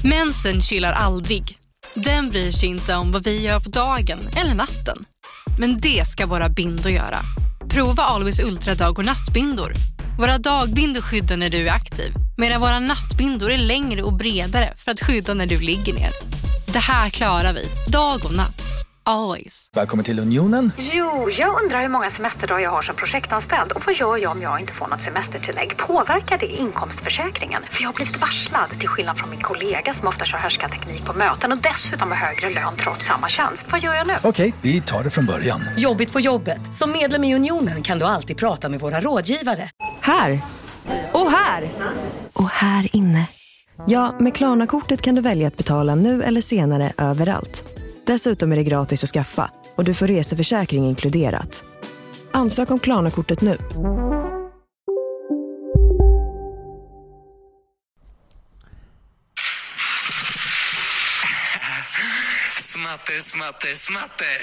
Mensen chillar aldrig. Den bryr sig inte om vad vi gör på dagen eller natten. Men det ska våra bindor göra. Prova Always Ultra dag- och nattbindor. Våra dagbindor skyddar när du är aktiv, medan våra nattbindor är längre och bredare för att skydda när du ligger ner. Det här klarar vi, dag och natt. Always. Välkommen till Unionen. Jo, jag undrar hur många semesterdagar jag har som projektanställd. Och vad gör jag om jag inte får något semestertillägg? Påverkar det inkomstförsäkringen? För jag har blivit varslad, till skillnad från min kollega som ofta kör härskarteknik på möten och dessutom har högre lön trots samma tjänst. Vad gör jag nu? Okej, vi tar det från början. Jobbigt på jobbet. Som medlem i Unionen kan du alltid prata med våra rådgivare. Här. Och här. Och här inne. Ja, med Klarna-kortet kan du välja att betala nu eller senare överallt. Dessutom är det gratis att skaffa och du får reseförsäkring inkluderat. Ansök om Klarna-kortet nu. Smatter, smatter, smatter.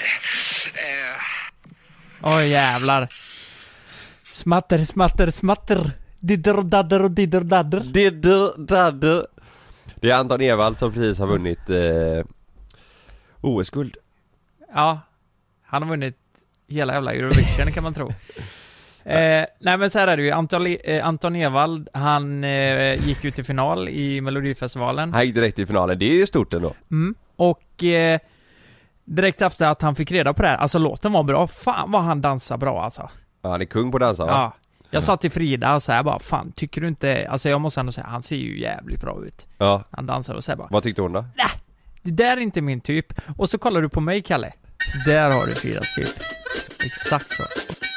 Oj jävlar. Smatter, smatter, smatter. Didder, dadder och didder, dadder. Didder, dadder. Det är Anton Ewald som precis har vunnit OS-guld. Ja, han har vunnit hela jävla Eurovision kan man tro. Nej men så här är det ju. Anton Ewald, han gick ut i final i Melodifestivalen. Han gick direkt i finalen, det är ju stort ändå. Och direkt efter att han fick reda på det här, alltså låten var bra. Fan vad han dansar bra alltså. Ja, han är kung på dansa va? Ja. Jag sa till Frida så här bara, fan tycker du inte, alltså jag måste ändå säga, han ser ju jävligt bra ut. Ja. Han dansar och så här bara. Vad tyckte hon då? Nej, det där är inte min typ. Och så kollar du på mig, Kalle. Där har du Fridas typ. Exakt så.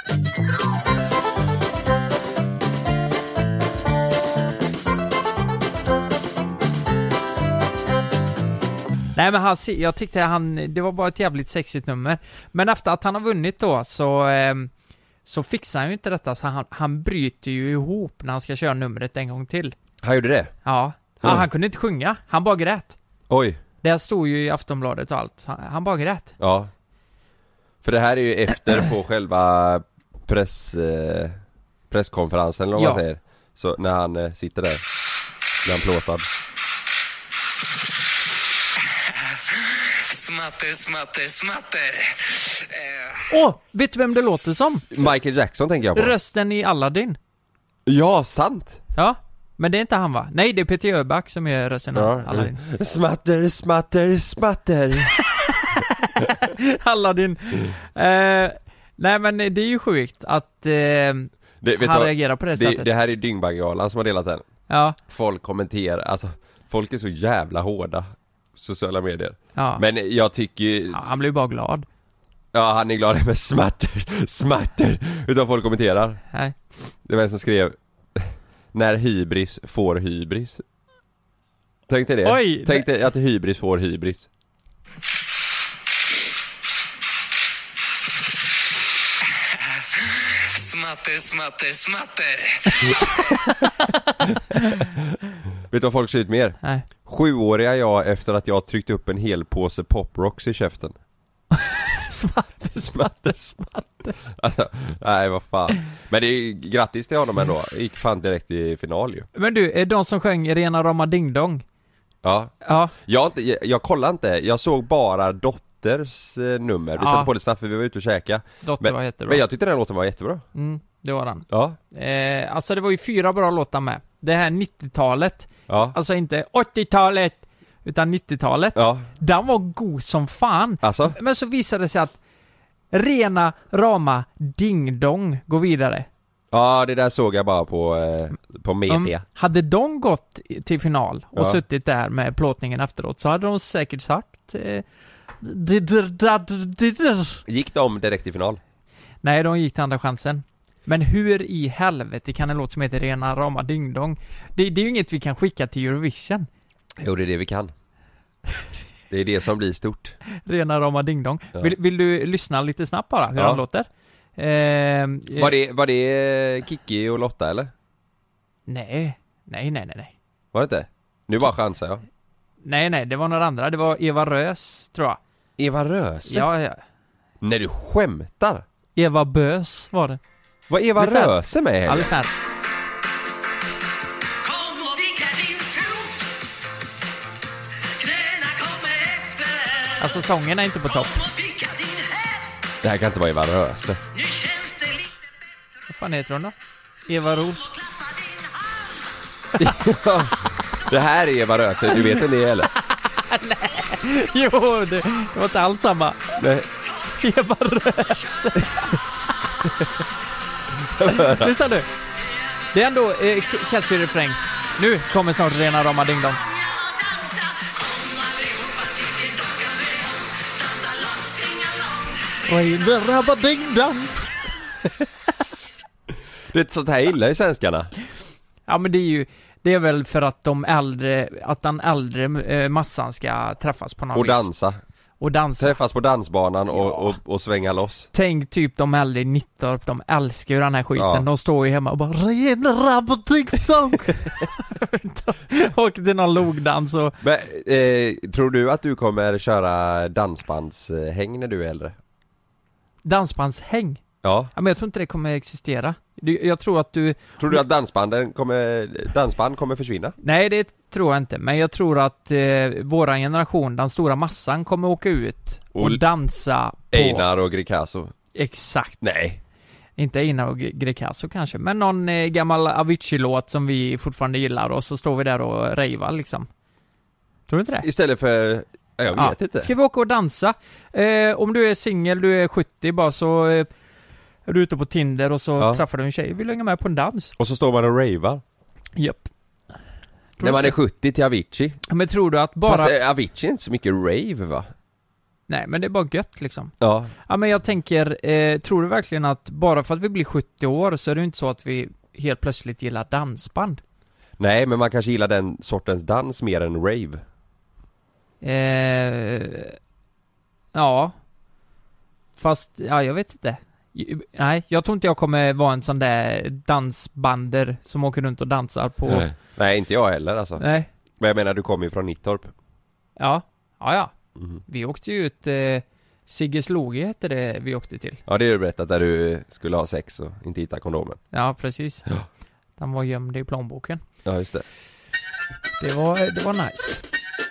Nej men jag tyckte det var bara ett jävligt sexigt nummer. Men efter att han har vunnit då så fixar han ju inte detta, så han bryter ju ihop när han ska köra numret en gång till. Han gjorde det? Ja. Ja, han kunde inte sjunga, han bara grät. Oj. Det stod ju i Aftonbladet och allt. Han bara grät. Ja. För det här är ju efter på själva presskonferensen eller vad man säger. Så när han sitter där, när han plåtar. Smatter, smatter, smatter. Vet du vem det låter som? Michael Jackson tänker jag på. Rösten i Aladdin. Ja, sant. Ja, men det är inte han va? Nej, det är Peter Jöback som är rösten i Aladdin. Smatter, smatter, smatter. Aladdin. Nej men det är ju sjukt att han reagerar på det sättet. Det här är Dyngbaggegalan som har delat den. Ja. Folk kommenterar, alltså folk är så jävla hårda sociala medier. Ja. Men jag tycker ju... Ja, han blir bara glad. Ja, han är glad med smatter utan folk kommenterar. Nej. Det var en som skrev när hybris får hybris. Tänk dig det. Oj, Tänk dig att hybris får hybris. Smatter, smatter, smatter. Vet du vad folk ser ut mer? Nej. 7-åriga jag efter att jag tryckt upp en hel påse Pop Rocks i käften. Smatter. Alltså, nej vad fan. Men det är grattis till honom ändå. Gick fan direkt i final ju. Men du, är de som sjöng Rena Rama Ding Dong? Ja. Jag kollade inte. Jag såg bara Dotters nummer. Vi satte på det snabbt för vi var ute och käka. Dotter var jättebra. Men jag tyckte den låten var jättebra. Det var den. Ja. Alltså det var ju 4 bra låtar med. Det här 90-talet. Ja. Alltså inte 80-talet utan 90-talet. Ja. Den var god som fan. Alltså? Men så visade det sig att Rena Rama Ding Dong går vidare. Ja, det där såg jag bara på media. Hade de gått till final och suttit där med plåtningen efteråt så hade de säkert sagt Gick de direkt i final? Nej, de gick till andra chansen. Men hur i helvete kan en låt som heter Rena Rama Ding Dong? Det är ju inget vi kan skicka till Eurovision. Jo, det är det vi kan. Det är det som blir stort. Rena Rama Ding Dong. Ja. Vill du lyssna lite snabbt bara hur han låter? Var det Kiki och Lotta eller? Nej. Var det inte? Nu bara chansar jag. Nej, det var några andra. Det var Eva Rös, tror jag. Eva Rös? Ja. När du skämtar? Eva Bös var det. Var Eva Rös med heller? Alldeles här. Kom och vicka din Alltså sången är inte på topp. Det här kan inte vara Eva Röse. Vad fan heter hon då? Eva Ros. Det här är Eva Röse, du vet vem det är eller? Nej, jo, det var inte alls samma. Nej. Eva Röse. Lyssna nu. Det är ändå catchy refräng. Nu kommer snart rena rama ding dong. Oj, rabba ding dong. Det är sånt här illa i svenskarna. Ja, men det är väl för att den äldre massan ska träffas på något och vis. Och dansa. Träffas på dansbanan och svänga loss. Tänk typ de äldre i Nittorp, de älskar ju den här skiten. Ja. De står ju hemma och bara och till någon logdans och... Men, tror du att du kommer köra dansbandshäng när du är äldre? Dansbandshäng? Ja. Ja, men jag tror inte det kommer existera. Jag tror att du... Tror du att dansband kommer försvinna? Nej, det tror jag inte. Men jag tror att våran generation, den stora massan, kommer åka ut och dansa på... Einar och Greekazo. Exakt. Nej. Inte Einar och Greekazo kanske, men någon gammal Avicii-låt som vi fortfarande gillar, och så står vi där och rejvar liksom. Tror du inte det? Istället för... Jag vet inte. Ska vi åka och dansa? Om du är singel, du är 70 bara, så är du ute på Tinder och så träffar du en tjej. Vill du hänga med på en dans? Och så står man och ravar. Japp. När man är 70 till Avicii. Men tror du att bara... Fast Avicii är inte så mycket rave, va? Nej, men det är bara gött liksom. Ja. Ja, men jag tänker, tror du verkligen att bara för att vi blir 70 år så är det inte så att vi helt plötsligt gillar dansband? Nej, men man kanske gillar den sortens dans mer än rave. Ja. Fast, ja, jag vet inte. Nej, jag tror inte jag kommer vara en sån där dansbander som åker runt och dansar på... Nej, inte jag heller alltså. Nej. Men jag menar, du kommer ju från Nittorp. Ja. Mm. Vi åkte ju ut... Siggesloge hette det vi åkte till. Ja, det är ju berättat, där du skulle ha sex och inte hitta kondomen. Ja, precis. Ja. Den var gömd i plånboken. Ja, just det. Det var nice.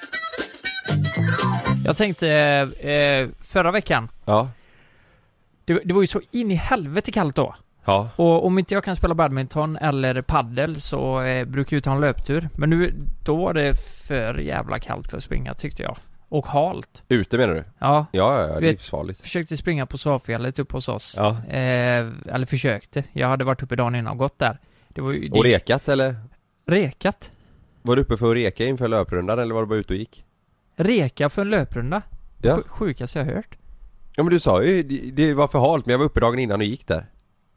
Jag tänkte förra veckan. Ja. Det var ju så in i helvete kallt då. Ja. Och om inte jag kan spela badminton eller paddel så brukar jag ta en löptur. Men nu, då var det för jävla kallt för att springa, tyckte jag. Och halt. Ute menar du? Ja. Ja, det är livsfarligt. Försökte springa på Safjället upp hos oss. Ja. Eller försökte. Jag hade varit uppe dagen innan och gått där. Det var ju, och rekat eller? Rekat. Var du uppe för att reka inför löprundan eller var du bara ute och gick? Reka för en löprunda? Ja. Sjukaste jag har hört. Ja, men du sa ju, det var för halt, men jag var uppe dagen innan och gick där.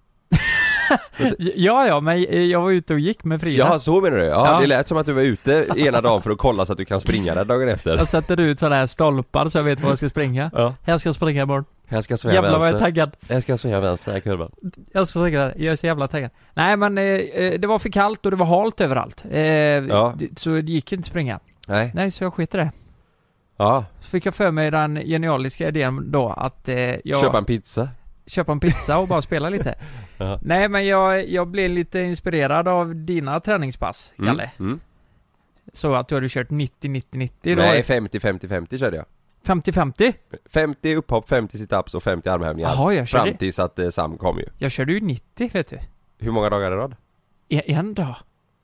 Ja, men jag var ute och gick med Frida. Ja, så menar du? Ja, det lät som att du var ute ena dagen för att kolla så att du kan springa där dagen efter. Jag sätter ut sådana här stolpar så jag vet var jag ska springa. Ja. Jag ska springa imorgon. Jag ska svänga jävlar vänster. vad jag är taggad. Jag ska svänga vänster, jag kurvan. Jag ska springa, jag är så jävla taggad. Nej, men det var för kallt och det var halt överallt. Så det gick inte springa. Nej, så jag skiter det. Ja. Så fick jag för mig den genialiska idén då att köpa en pizza och bara spela lite. Ja. Nej, men jag blev lite inspirerad av dina träningspass, Kalle. Så att du hade kört 90-90-90. Nej, 50-50-50 körde jag. 50-50? 50 upphopp, 50 sit-ups och 50 armhävningar. Jaha, jag körde... Fram tills att Sam kom ju. Jag körde ju 90, vet du. Hur många dagar i rad? En dag.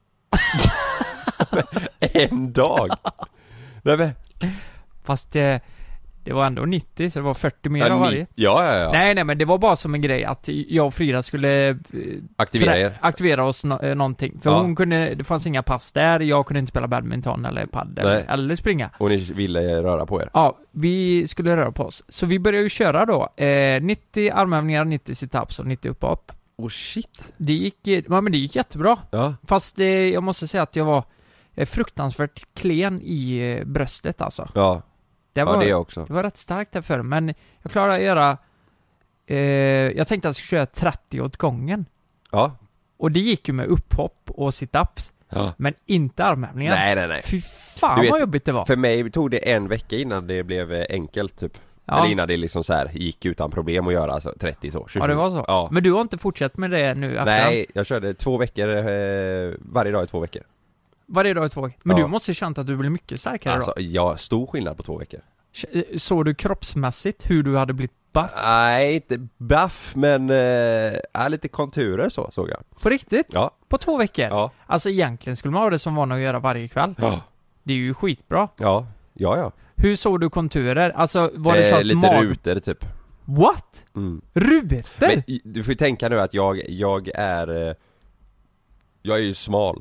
En dag? Nej, men... Fast det var ändå 90, så det var 40 mer av varje. Ja. Nej, men det var bara som en grej att jag och Frida skulle aktivera oss någonting. För hon kunde, det fanns inga pass där. Jag kunde inte spela badminton eller paddel eller springa. Och ni ville röra på er? Ja, vi skulle röra på oss. Så vi började ju köra då 90 armhävningar, 90 sit-ups och 90 upp. Oh shit. Det gick jättebra. Ja. Fast jag måste säga att jag är fruktansvärt klen i bröstet alltså. Ja. Det var också. Det var rätt starkt därför, men jag klarade att göra jag tänkte att jag skulle köra 30 åt gången. Ja. Och det gick ju med upphopp och sit-ups. Ja. Men inte armhävningar. Nej. Fy fan vad jobbigt det var. För mig tog det en vecka innan det blev enkelt typ. Ja. Eller innan det liksom så här gick utan problem att göra alltså 30 så. 27. Ja, det var så. Ja. Men du har inte fortsatt med det nu? Nej, jag körde 2 veckor varje dag i 2 veckor. Varje dag i 2 veckor? Men du måste känt att du blir mycket starkare alltså, då? Ja, stor skillnad på 2 veckor. Såg du kroppsmässigt hur du hade blivit buff? Nej, inte buff, men lite konturer så såg jag. På riktigt? Ja. På 2 veckor? Ja. Alltså egentligen skulle man ha det som vana att göra varje kväll. Ja. Det är ju skitbra. Ja. Hur såg du konturer? Alltså var det så att lite rutor typ. What? Rutor? Men du får ju tänka nu att jag är ju smal.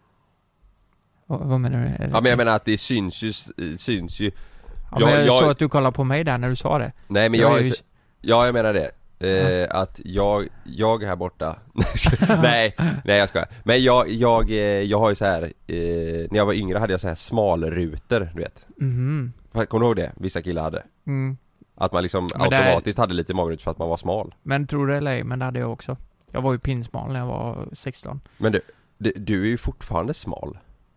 Vad menar du? Ja, men jag menar att det syns ju. Ja, men jag såg att du kollade på mig där när du sa det. Nej, men jag menar det. Att jag här borta. nej jag ska. Men jag har ju så här när jag var yngre hade jag så här smalrutor, du vet. Kommer du ihåg det? Vissa killar hade. Att man liksom automatiskt hade lite magrutor för att man var smal. Men tror det eller ej, men det hade jag också. Jag var ju pinsmal när jag var 16. Men du är ju fortfarande smal.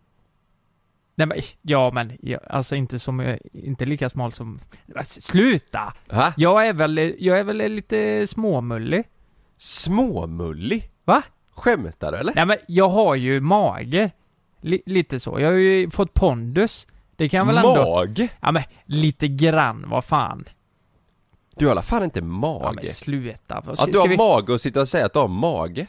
Nej, men alltså inte lika smal som. Sluta. Ha? Jag är väl lite småmullig. Småmullig? Va? Skämtar du eller? Nej, men jag har ju mage. Lite så. Jag har ju fått pondus. Det kan väl ändå. Mage? Ja, men lite grann, vad fan. Du har i alla fall inte mage. Ja, men sluta. Att du har mage och sitta och säga att du har mage.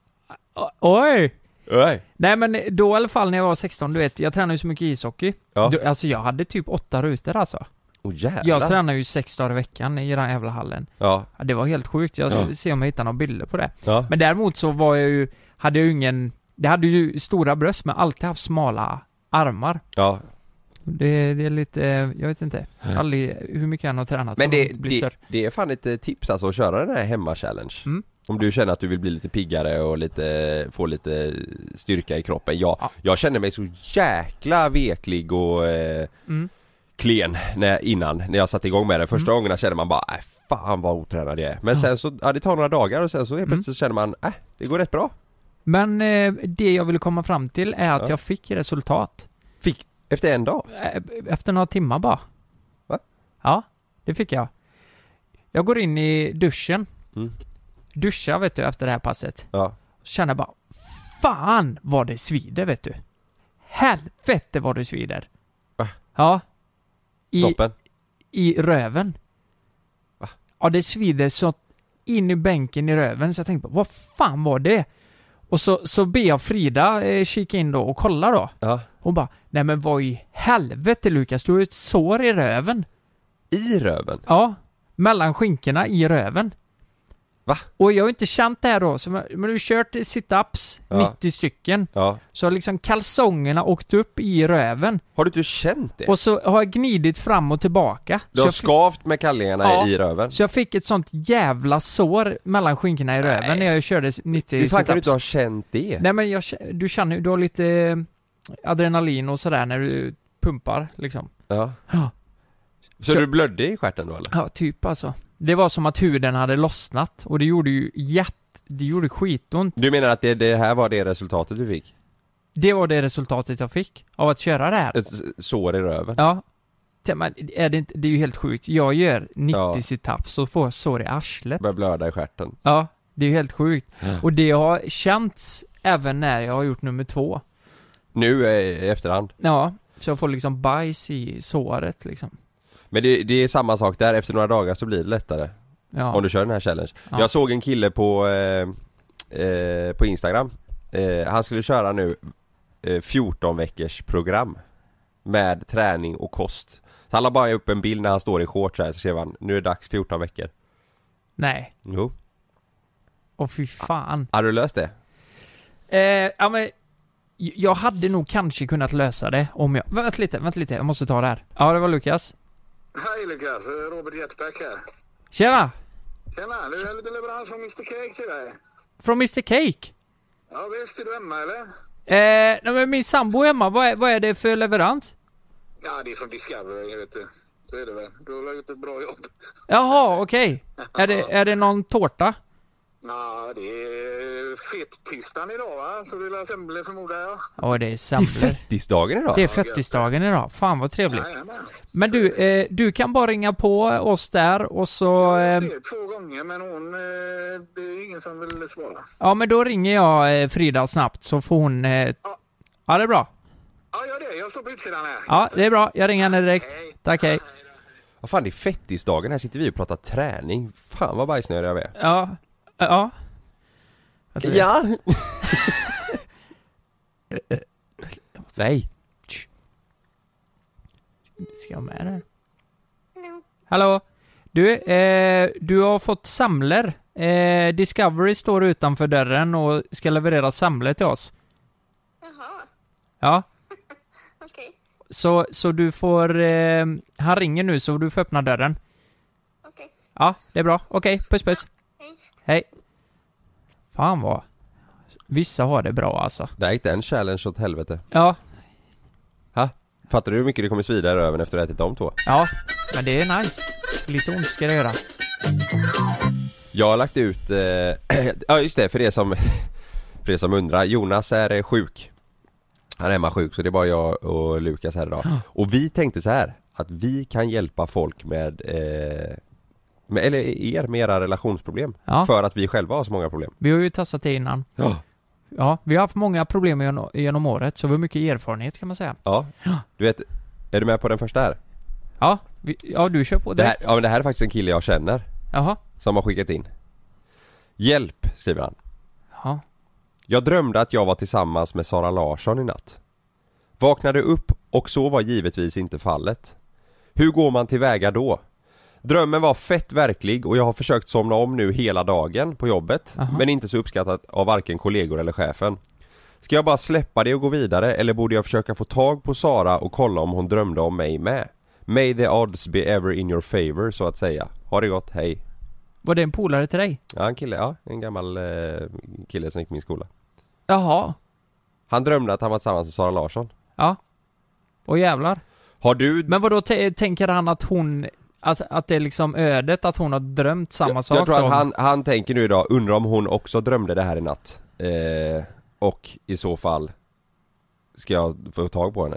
Oj. Nej. Nej, men då i alla fall när jag var 16, du vet, jag tränade ju så mycket ishockey. Ja. Alltså jag hade typ 8 rutor alltså. Jävlar. Jag tränade ju 6 dagar i veckan i den jävla hallen. Ja. Det var helt sjukt. Jag ser om jag hittar några bilder på det. Ja. Men däremot så hade jag ju ingen. Det hade ju stora bröst, men alltid haft smala armar. Ja. Det är lite, jag vet inte. Aldrig hur mycket jag har tränat. Men det är fan ett tips alltså att köra den här hemma-challenge. Om du känner att du vill bli lite piggare och få lite styrka i kroppen. Jag känner mig så jäkla veklig och klen när jag satte igång med det. Första gångerna kände man bara, fan vad otränad jag är. Men sen så, det tar några dagar och sen så plötsligt känner man, det går rätt bra. Men det jag ville komma fram till är att jag fick resultat. Efter en dag? Efter några timmar bara. Va? Ja, det fick jag. Jag går in i duschen. Duscha, vet du, efter det här passet. Ja. Känner bara, fan vad det svider, vet du. Helvete vad det svider. Va? Ja. I röven. Va? Ja, det svider så in i bänken i röven. Så jag tänkte, vad fan var det? Och så ber jag Frida kika in då och kolla då. Ja. Hon bara, nej men vad i helvete Lukas, du har ett sår i röven. I röven? Ja, mellan skinkorna i röven. Va? Och jag har inte känt det här då, men du har kört sit-ups 90 stycken. Ja. Så har liksom kalsongerna åkt upp i röven. Har du inte känt det? Och så har jag gnidit fram och tillbaka. Du har skavt med kallingarna i röven. Så jag fick ett sånt jävla sår mellan skinkorna i röven när jag körde 90 Hur fan sit-ups. kan du inte ha känt det? Nej, men du känner ju, du har lite adrenalin och sådär när du pumpar liksom. Ja. Så du blödde i stjärten då eller? Ja, typ alltså. Det var som att huden hade lossnat och det gjorde ju det gjorde skitont. Du menar att det här var det resultatet du fick? Det var det resultatet jag fick av att köra det här. Ett sår i röven? Ja. Men det är ju helt sjukt. Jag gör 90 sit-ups och får sår i arslet. Börjar blöda i stjärten. Ja, det är ju helt sjukt. Och det har känts även när jag har gjort nummer 2. Nu i efterhand? Ja, så jag får liksom bajs i såret liksom. Men det är samma sak där, efter några dagar så blir det lättare. Om du kör den här challenge. Jag såg en kille på Instagram. Han skulle köra nu 14 veckors program med träning och kost. Så han la bara upp en bild när han står i shorts här, så skrev han, nu är det dags 14 veckor. Nej. Jo. Åh fy fan. Har du löst det? Ja men jag hade nog kanske kunnat lösa det om jag... Vänta lite, jag måste ta det här. Ja, det var Lukas. Hej Lukas, Robert Jetback här. Tjena! Tjena, det är en liten leverans från Mr. Cake till dig. Från Mr. Cake? Ja visst, är du hemma eller? Nej men min sambo är hemma, vad är det för leverans? Ja, det är från Discovery, vet du. Så är det väl, du har gjort ett bra jobb. Jaha, okej. Är det någon tårta? Ja, det är fettisdagen idag va? Så det är semlor förmodar jag. Ja, det är semlor. Det är fettisdagen idag? Det är fettisdagen idag. Fan vad trevligt. Men du kan bara ringa på oss där och så... Ja, det är 2 gånger men det är ingen som vill svara. Ja, men då ringer jag Frida snabbt så får hon... Ja, det är bra. Ja, gör det. Jag står på utsidan här. Ja, det är bra. Jag ringer henne direkt. Hej. Tack, hej. Vad fan, det är fettisdagen. Här sitter vi och pratar träning. Fan vad bajsnödiga vi är. Ja. Ja. Ja! Nej. Ska jag med där? Hallå? Du har fått samler. Discovery står utanför dörren och ska leverera samler till oss. Jaha. Ja. Okej. Så du får... han ringer nu så du får öppna dörren. Okej. Ja, det är bra. Okej, puss. Hej. Hej. Fan vad... Vissa har det bra alltså. Det här gick en challenge åt helvete. Ja. Ha? Fattar du hur mycket det kommer svida i röven efter att ha ätit de 2? Ja, men det är nice. Lite ont ska det göra. Jag har lagt ut... ja just det, för er som undrar. Jonas är sjuk. Han är hemma sjuk, så det är bara jag och Lukas här idag. Och vi tänkte så här, att vi kan hjälpa folk med era relationsproblem. Ja. För att vi själva har så många problem. Vi har ju testat det innan. Ja, vi har haft många problem genom året, så vi har mycket erfarenhet kan man säga. Ja, du vet, är du med på den första här? Ja, du kör på det. Men det här är faktiskt en kille jag känner. Jaha. Som har skickat in. Hjälp, skriver han. Ja. Jag drömde att jag var tillsammans med Sara Larsson i natt. Vaknade upp och så var givetvis inte fallet. Hur går man tillväga då? Drömmen var fett verklig och jag har försökt somna om nu hela dagen på jobbet. Aha. Men inte så uppskattat av varken kollegor eller chefen. Ska jag bara släppa det och gå vidare eller borde jag försöka få tag på Sara och kolla om hon drömde om mig med? May the odds be ever in your favor, så att säga. Ha det gott, hej. Var det en polare till dig? Ja, en gammal kille som gick min skola. Jaha. Han drömde att han var tillsammans med Sara Larsson. Ja. Och jävlar. Har du... Men vadå, tänker han att hon... Alltså, att det är liksom ödet att hon har drömt samma sak? Jag tror att han tänker nu idag, undrar om hon också drömde det här i natt. Och i så fall ska jag få tag på henne.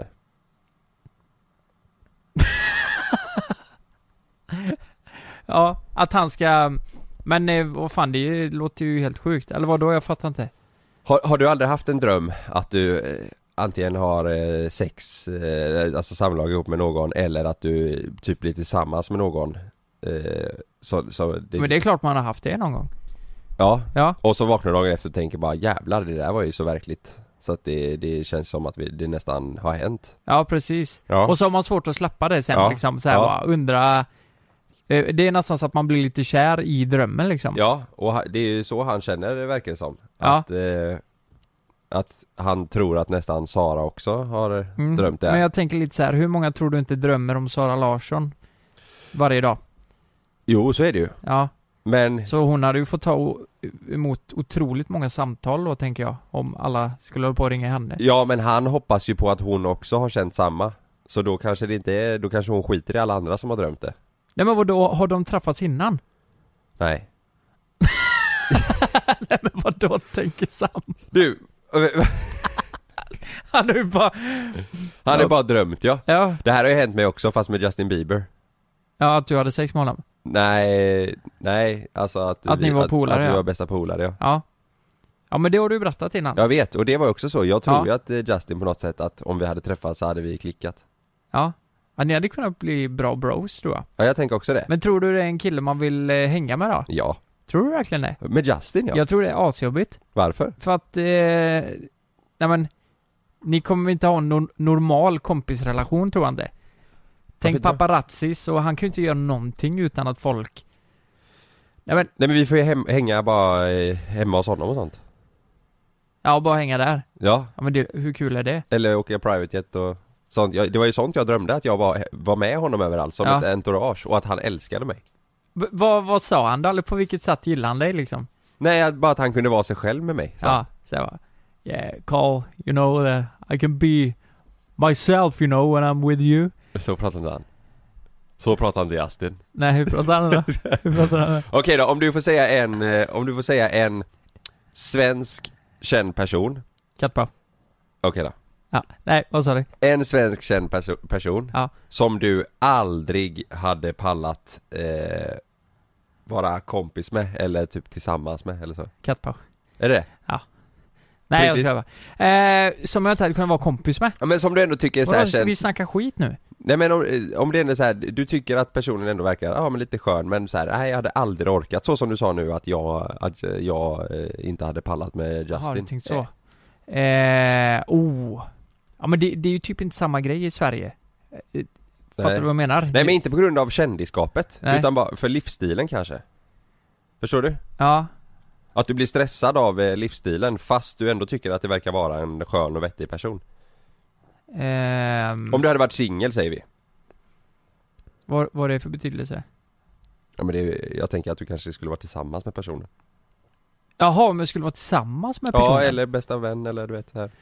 Ja, att han ska... Men vad fan, det låter ju helt sjukt. Eller vad då? Jag fattar inte. Har du aldrig haft en dröm att du antingen har sex, alltså samlag ihop med någon, eller att du typ blir tillsammans med någon? Men det är klart man har haft det någon gång. Ja. Och så vaknar dagen efter och tänker bara, jävlar, det där var ju så verkligt. Så att det känns som att det nästan har hänt. Ja, precis. Ja. Och så har man svårt att släppa det sen liksom, så här, bara undra... Det är nästan så att man blir lite kär i drömmen liksom. Ja, och det är ju så han känner, det verkar det som. Ja. Att han tror att nästan Sara också har drömt det. Men jag tänker lite så här, hur många tror du inte drömmer om Sara Larsson varje dag? Jo, så är det ju. Ja. Men... Så hon hade ju fått ta emot otroligt många samtal då, tänker jag, om alla skulle hålla på att ringa henne. Ja, men han hoppas ju på att hon också har känt samma. Så då kanske det inte är, då kanske hon skiter i alla andra som har drömt det. Nej, men vadå, har de träffats innan? Nej. Nej, men vadå, tänker Sam? Du... Han är bara... Han är bara drömt, ja. Ja. Det här har ju hänt mig också, fast med Justin Bieber. Ja, att du hade sex med honom? Nej, alltså att ni var polare, att vi ja. var bästa polare, Ja. Ja, men det har du berättat innan. Jag vet, och det var också så. Jag tror ju att Justin på något sätt, att om vi hade träffats så hade vi klickat. Ja. Ja, ni hade kunnat bli bra bros, tror jag. Ja, jag tänker också det. Men tror du det är en kille man vill hänga med då? Ja. Tror du verkligen det? Med Justin, ja. Jag tror det är asjobbigt. Varför? För att, nej men, ni kommer inte ha en normal kompisrelation, tror jag inte. Tänk paparazzis, och han kan ju inte göra någonting utan att folk... Nej men vi får ju hänga bara hemma hos honom och sånt. Ja, bara hänga där. Ja. Ja, men hur kul är det? Eller åka private jet och sånt. Det var ju sånt jag drömde, att jag var med honom överallt som ett entourage, och att han älskade mig. Vad sa han då? Eller på vilket sätt gillade han dig liksom? Nej, bara att han kunde vara sig själv med mig. Ja, så jag bara, yeah, Carl, you know that I can be myself, you know, when I'm with you. Så pratar inte han. Så pratar inte Justin. Nej, hur pratar han då? Okej då, om du får säga en svensk känd person. Kattpaw. Okej då. Ja, nej, vad sa du? En svensk känd person som du aldrig hade pallat vara kompis med, eller typ tillsammans med, eller så. Kattpaw. Är det? Ja. Nej, jag ska bara. Som jag inte hade kunnat vara kompis med. Ja, men som du ändå tycker är så här känns... Vi snackar skit nu. Nej, men om det är så här, du tycker att personen ändå verkar men lite skön, men så här, nej, jag hade aldrig orkat, så som du sa nu att jag inte hade pallat med Justin. Har du tänkt så? Ja, men det är ju typ inte samma grej i Sverige. Fattar du vad jag menar? Nej, men inte på grund av kändisskapet, utan bara för livsstilen kanske. Förstår du? Ja. Att du blir stressad av livsstilen fast du ändå tycker att det verkar vara en skön och vettig person. Om du hade varit singel, säger vi. Vad är det för betydelse? Ja, men jag tänker att du kanske skulle vara tillsammans med personen. Jaha, men skulle vara tillsammans med personen? Ja, eller bästa vän, eller du vet här.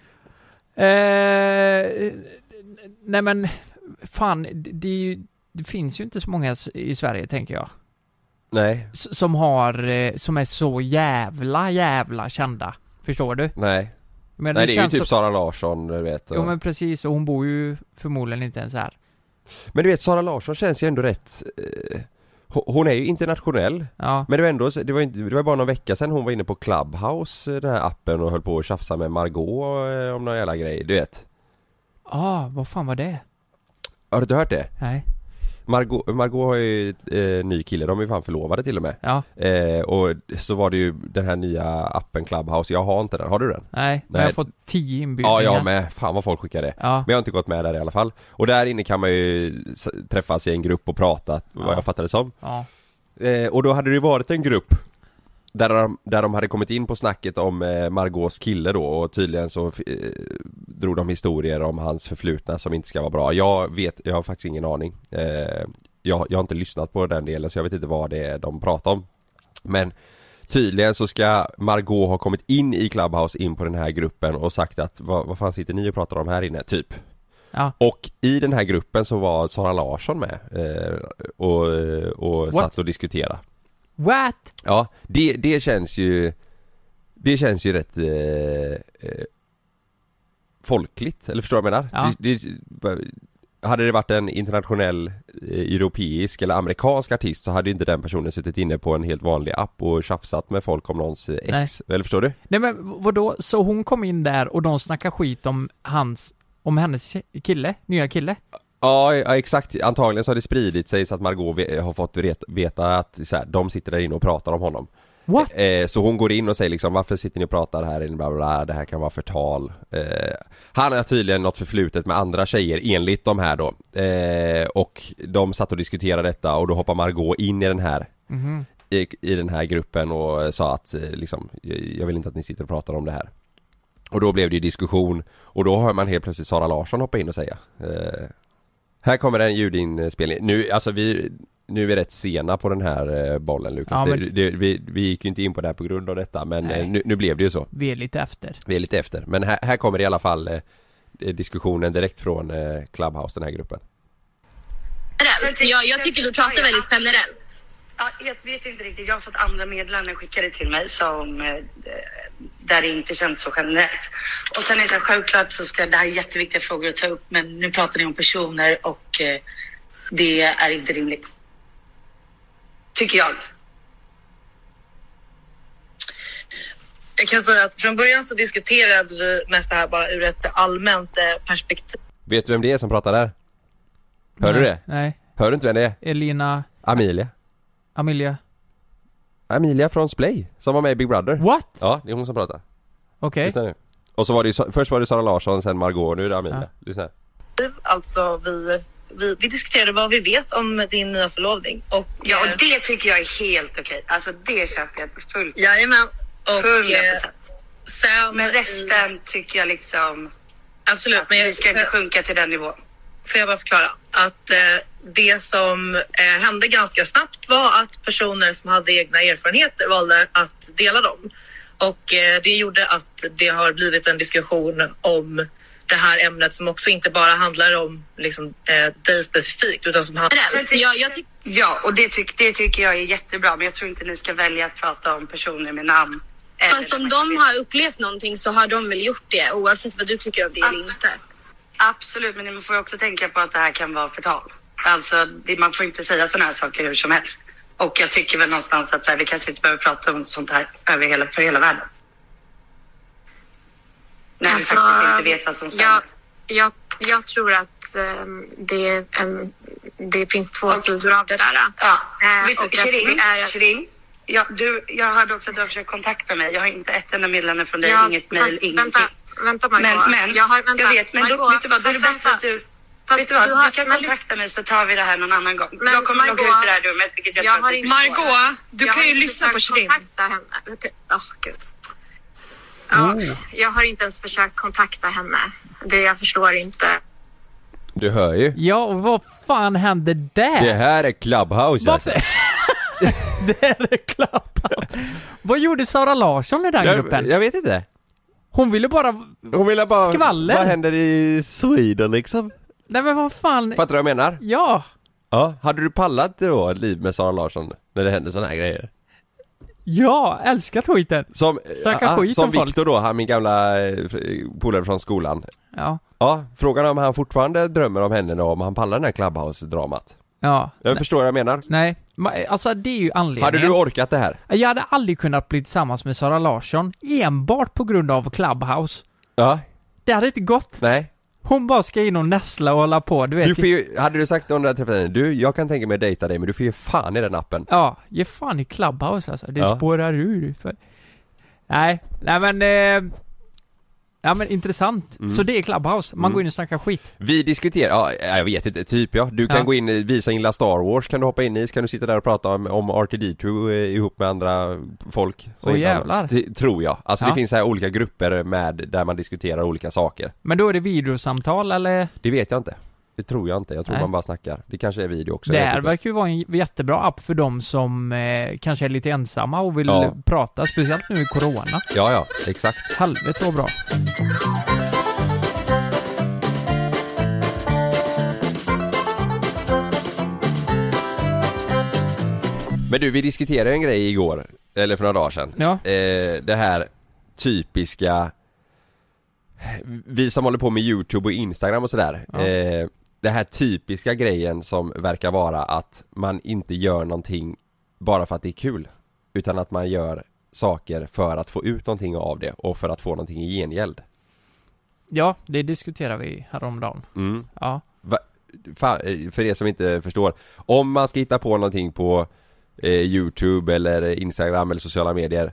Nej, men fan, det finns ju inte så många i Sverige, tänker jag. Nej. Som är så jävla kända. Förstår du? Nej. Men nej, det är ju typ Sara Larsson, du vet. Jo, men precis, och hon bor ju förmodligen inte ens här. Men du vet, Sara Larsson känns ju ändå rätt... Hon är ju internationell. Ja. Men det var bara någon vecka sedan hon var inne på Clubhouse, den här appen, och höll på att tjafsa med Margot om några jävla grejer, du vet. Vad fan var det? Har du inte hört det? Nej. Margot har ju ny kille, de är ju fan förlovade till och med. Ja. Och så var det ju den här nya appen Clubhouse. Jag har inte den, har du den? Nej, men jag har fått 10 inbjudningar. Ja, jag med, fan vad folk skickar det. Ja. Men jag har inte gått med där i alla fall. Och där inne kan man ju träffas i en grupp och prata, vad jag fattar det som. Ja. Och då hade det ju varit en grupp där de hade kommit in på snacket om Margaux kille då, och tydligen så drog de historier om hans förflutna som inte ska vara bra. Jag har faktiskt ingen aning. Jag har inte lyssnat på den delen, så jag vet inte vad det är de pratar om. Men tydligen så ska Margot ha kommit in i Clubhouse, in på den här gruppen och sagt att vad fan sitter ni och pratar om här inne, typ. Ja. Och i den här gruppen så var Sara Larsson med och satt och diskuterade. What? Ja, det känns ju rätt folkligt, eller förstår du vad jag menar? Ja. Hade det varit en internationell, europeisk eller amerikansk artist, så hade ju inte den personen suttit inne på en helt vanlig app och tjafsat med folk om någons ex. Eller förstår du? Nej, men vadå? Så hon kom in där och de snackar skit om hennes kille, nya kille? Ja, exakt. Antagligen så har det spridit sig så att Margot har fått veta att så här, de sitter där inne och pratar om honom. What? Så hon går in och säger liksom, varför sitter ni och pratar här inne, bla bla bla, det här kan vara förtal. Han har tydligen något förflutet med andra tjejer enligt de här då. Och de satt och diskuterade detta, och då hoppar Margot in i den här i den här gruppen och sa att liksom, jag vill inte att ni sitter och pratar om det här. Och då blev det ju diskussion, och då hör man helt plötsligt Sara Larsson hoppa in och säga här kommer en ljudinspelning. Nu är vi rätt sena på den här bollen, Lukas. Ja, vi gick ju inte in på det här på grund av detta, men nu blev det ju så. Vi är lite efter. Men här kommer i alla fall diskussionen direkt från Clubhouse, den här gruppen. Jag tycker du pratar väldigt generellt. Ja, jag vet inte riktigt. Jag har fått andra meddelanden skickade till mig som där det inte känns så generellt. Och sen är det så självklart så ska det här jätteviktiga frågor att ta upp, men nu pratar ni om personer och det är inte rimligt. Tycker jag. Jag kan säga att från början så diskuterade vi mest det här bara ur ett allmänt perspektiv. Vet du vem det är som pratar där? Hör du det? Nej. Hör du inte vem det är? Elina... Amelia från Splay, som var med i Big Brother. What? Ja, det är hon som pratar. Okej. Lyssna nu. Och så var det först var det Sara Larsson, sen Margot, nu är det Amelia. Ja. Lyssna här. Alltså vi diskuterade vad vi vet om din nya förlovning. Och, Ja, och det tycker jag är helt okej. Alltså det köper jag fullt. Jajamän. Och 100%. Sen, men resten tycker jag liksom... Absolut, men vi ska inte sjunka till den nivån. Får jag bara förklara att det som hände ganska snabbt var att personer som hade egna erfarenheter valde att dela dem. Och det gjorde att det har blivit en diskussion om det här ämnet som också inte bara handlar om liksom, dig specifikt, utan som handlar... Ja, och det tycker jag är jättebra, men jag tror inte ni ska välja att prata om personer med namn. Fast om de har upplevt någonting så har de väl gjort det, oavsett vad du tycker om det eller inte. Absolut, men man får också tänka på att det här kan vara förtal. Alltså, man får inte säga såna här saker hur som helst. Och jag tycker väl någonstans att så här, vi kanske inte behöver prata om sånt här för hela världen. När vi faktiskt inte vet vad som stämmer. Jag tror att att det finns två sidor av det där. Ja. Och Shirin, jag hörde också att du har försökt kontakta mig. Jag har inte ett enda meddelande från dig, inget mejl, ingenting. Vänta Margot. Men jag vet, men då, vet du vad, då är det bättre att du... Vet du vad, du kan kontakta mig så tar vi det här någon annan gång. Jag kommer logga ut det här rummet, vilket jag tror att du förstår. Margot, du kan ju lyssna på Shirin. Gud. Jag har inte ens försökt kontakta henne. Jag förstår inte. Du hör ju. Ja, och vad fan hände där? Det här är Clubhouse. Varför? Det är Clubhouse. Vad gjorde Sara Larsson i den gruppen? Jag vet inte. Hon ville bara skvaller. Vad händer i Sweden liksom? Nej men vad fan. Fattar du vad jag menar? Ja. Ja, hade du pallat då ett liv med Sara Larsson när det hände såna här grejer? Ja, älskar tweeten. Som Victor då, han min gamla polare från skolan. Ja. Ja, frågan om han fortfarande drömmer om henne och om han pallar den här Clubhouse-dramat. Ja. Jag förstår vad jag menar. Nej, alltså det är ju anledningen. Hade du orkat det här? Jag hade aldrig kunnat bli tillsammans med Sara Larsson enbart på grund av Clubhouse. Ja. Det hade inte gått. Nej. Hon bara ska in och näsla och hålla på, du vet. Hade du sagt om du hade träffat henne, du, jag kan tänka mig att dejta dig, men du får ju fan i den appen. Ja, ge fan i Clubhouse alltså. Det spårar ur för... Nej men intressant. Så det är Clubhouse. Man går in och snackar skit. Vi diskuterar, jag vet inte, typ Du kan gå in, visa in Star Wars, kan du hoppa in i, så kan du sitta där och prata om R2D2 ihop med andra folk. Jävlar. Tror jag. Alltså det finns här olika grupper där man diskuterar olika saker. Men då är det videosamtal eller? Det vet jag inte. Det tror jag inte. Jag tror man bara snackar. Det kanske är video också. Det här verkar ju vara en jättebra app för de som kanske är lite ensamma och vill prata, speciellt nu i corona. Ja, exakt. Helvete vad bra. Men du, vi diskuterade en grej igår, eller för några dagar sedan. Ja. Det här typiska, vi som håller på med YouTube och Instagram och sådär. Ja. Det här typiska grejen som verkar vara att man inte gör någonting bara för att det är kul, utan att man gör saker för att få ut någonting av det och för att få någonting i gengäld. Ja, det diskuterar vi häromdagen. Ja. För er som inte förstår, om man ska hitta på någonting på YouTube eller Instagram eller sociala medier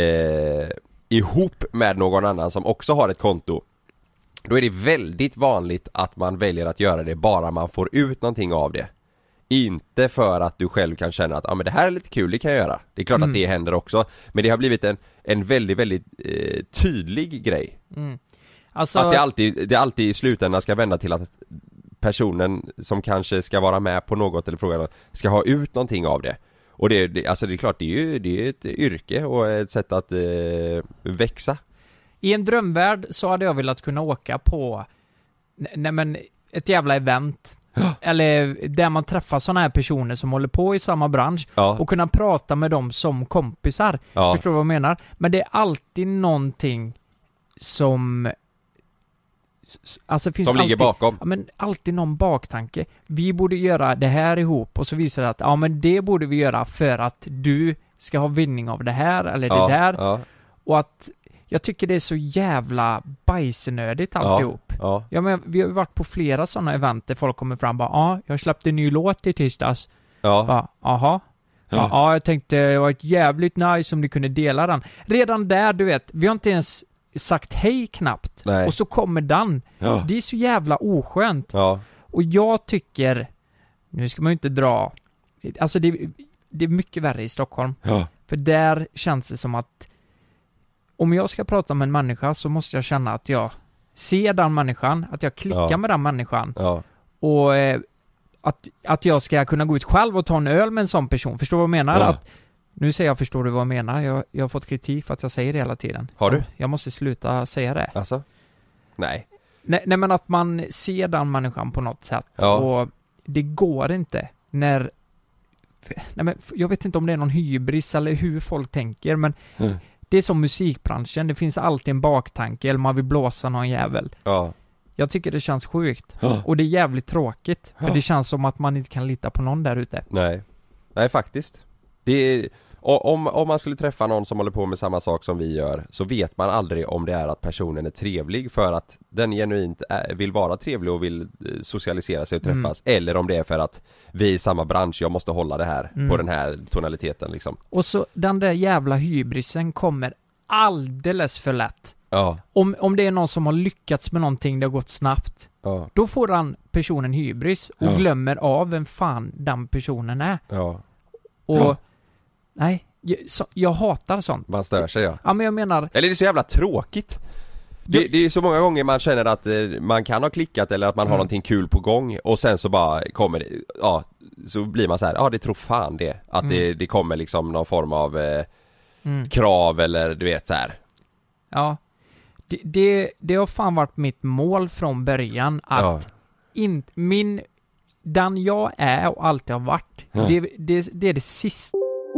ihop med någon annan som också har ett konto, då är det väldigt vanligt att man väljer att göra det bara man får ut någonting av det. Inte för att du själv kan känna att men det här är lite kul, det kan jag göra. Det är klart att det händer också, men det har blivit en väldigt, väldigt tydlig grej. Alltså... Att det alltid i slutändan ska vända till att personen som kanske ska vara med på något eller fråga något ska ha ut någonting av det. Och det är klart, det är ett yrke och ett sätt att växa. I en drömvärld så hade jag velat kunna åka på ett jävla event. Eller där man träffar såna här personer som håller på i samma bransch och kunna prata med dem som kompisar. Förstår du vad jag menar? Men det är alltid någonting som... Alltså finns som ligger bakom. Ja, men alltid någon baktanke. Vi borde göra det här ihop, och så visar det att men det borde vi göra för att du ska ha vinning av det här eller det där. Ja. Och att jag tycker det är så jävla bajsnödigt alltihop. Ja, men vi har ju varit på flera sådana event där folk kommer fram och bara, jag släppte en ny låt i tisdags. Ja, jag tänkte det var ett jävligt nice om ni kunde dela den. Redan där, du vet, vi har inte ens sagt hej knappt. Nej. Och så kommer den. Ja. Det är så jävla oskönt. Ja. Och jag tycker, nu ska man ju inte dra, alltså det är mycket värre i Stockholm. Ja. För där känns det som att om jag ska prata med en människa så måste jag känna att jag ser den människan, att jag klickar med den människan. Ja. Och att jag ska kunna gå ut själv och ta en öl med en sån person. Förstår du vad jag menar? Ja. Nu säger jag, förstår du vad jag menar? Jag har fått kritik för att jag säger det hela tiden. Har du? Jag måste sluta säga det. Alltså? Nej, men att man ser den människan på något sätt. Ja. Och det går inte när... men jag vet inte om det är någon hybris eller hur folk tänker, men det är som musikbranschen. Det finns alltid en baktanke, eller man vill blåsa någon jävel. Ja. Jag tycker det känns sjukt. Ja. Och det är jävligt tråkigt. För det känns som att man inte kan lita på någon där ute. Nej, faktiskt. Och om man skulle träffa någon som håller på med samma sak som vi gör, så vet man aldrig om det är att personen är trevlig för att den genuint vill vara trevlig och vill socialisera sig och träffas, eller om det är för att vi är i samma bransch, jag måste hålla det här på den här tonaliteten liksom. Och så den där jävla hybrisen kommer alldeles för lätt. Ja. Om det är någon som har lyckats med någonting, det har gått snabbt, då får den personen hybris och glömmer av vem fan den personen är. Och nej, jag hatar sånt. Man stör sig, Ja, men jag menar... Eller det är så jävla tråkigt. Det är så många gånger man känner att man kan ha klickat eller att man har någonting kul på gång, och sen så bara kommer det, så blir man så här, det tror fan det. Att det kommer liksom någon form av krav eller du vet så här. Ja. Det har fan varit mitt mål från början att den jag är och alltid har varit, det är det sista.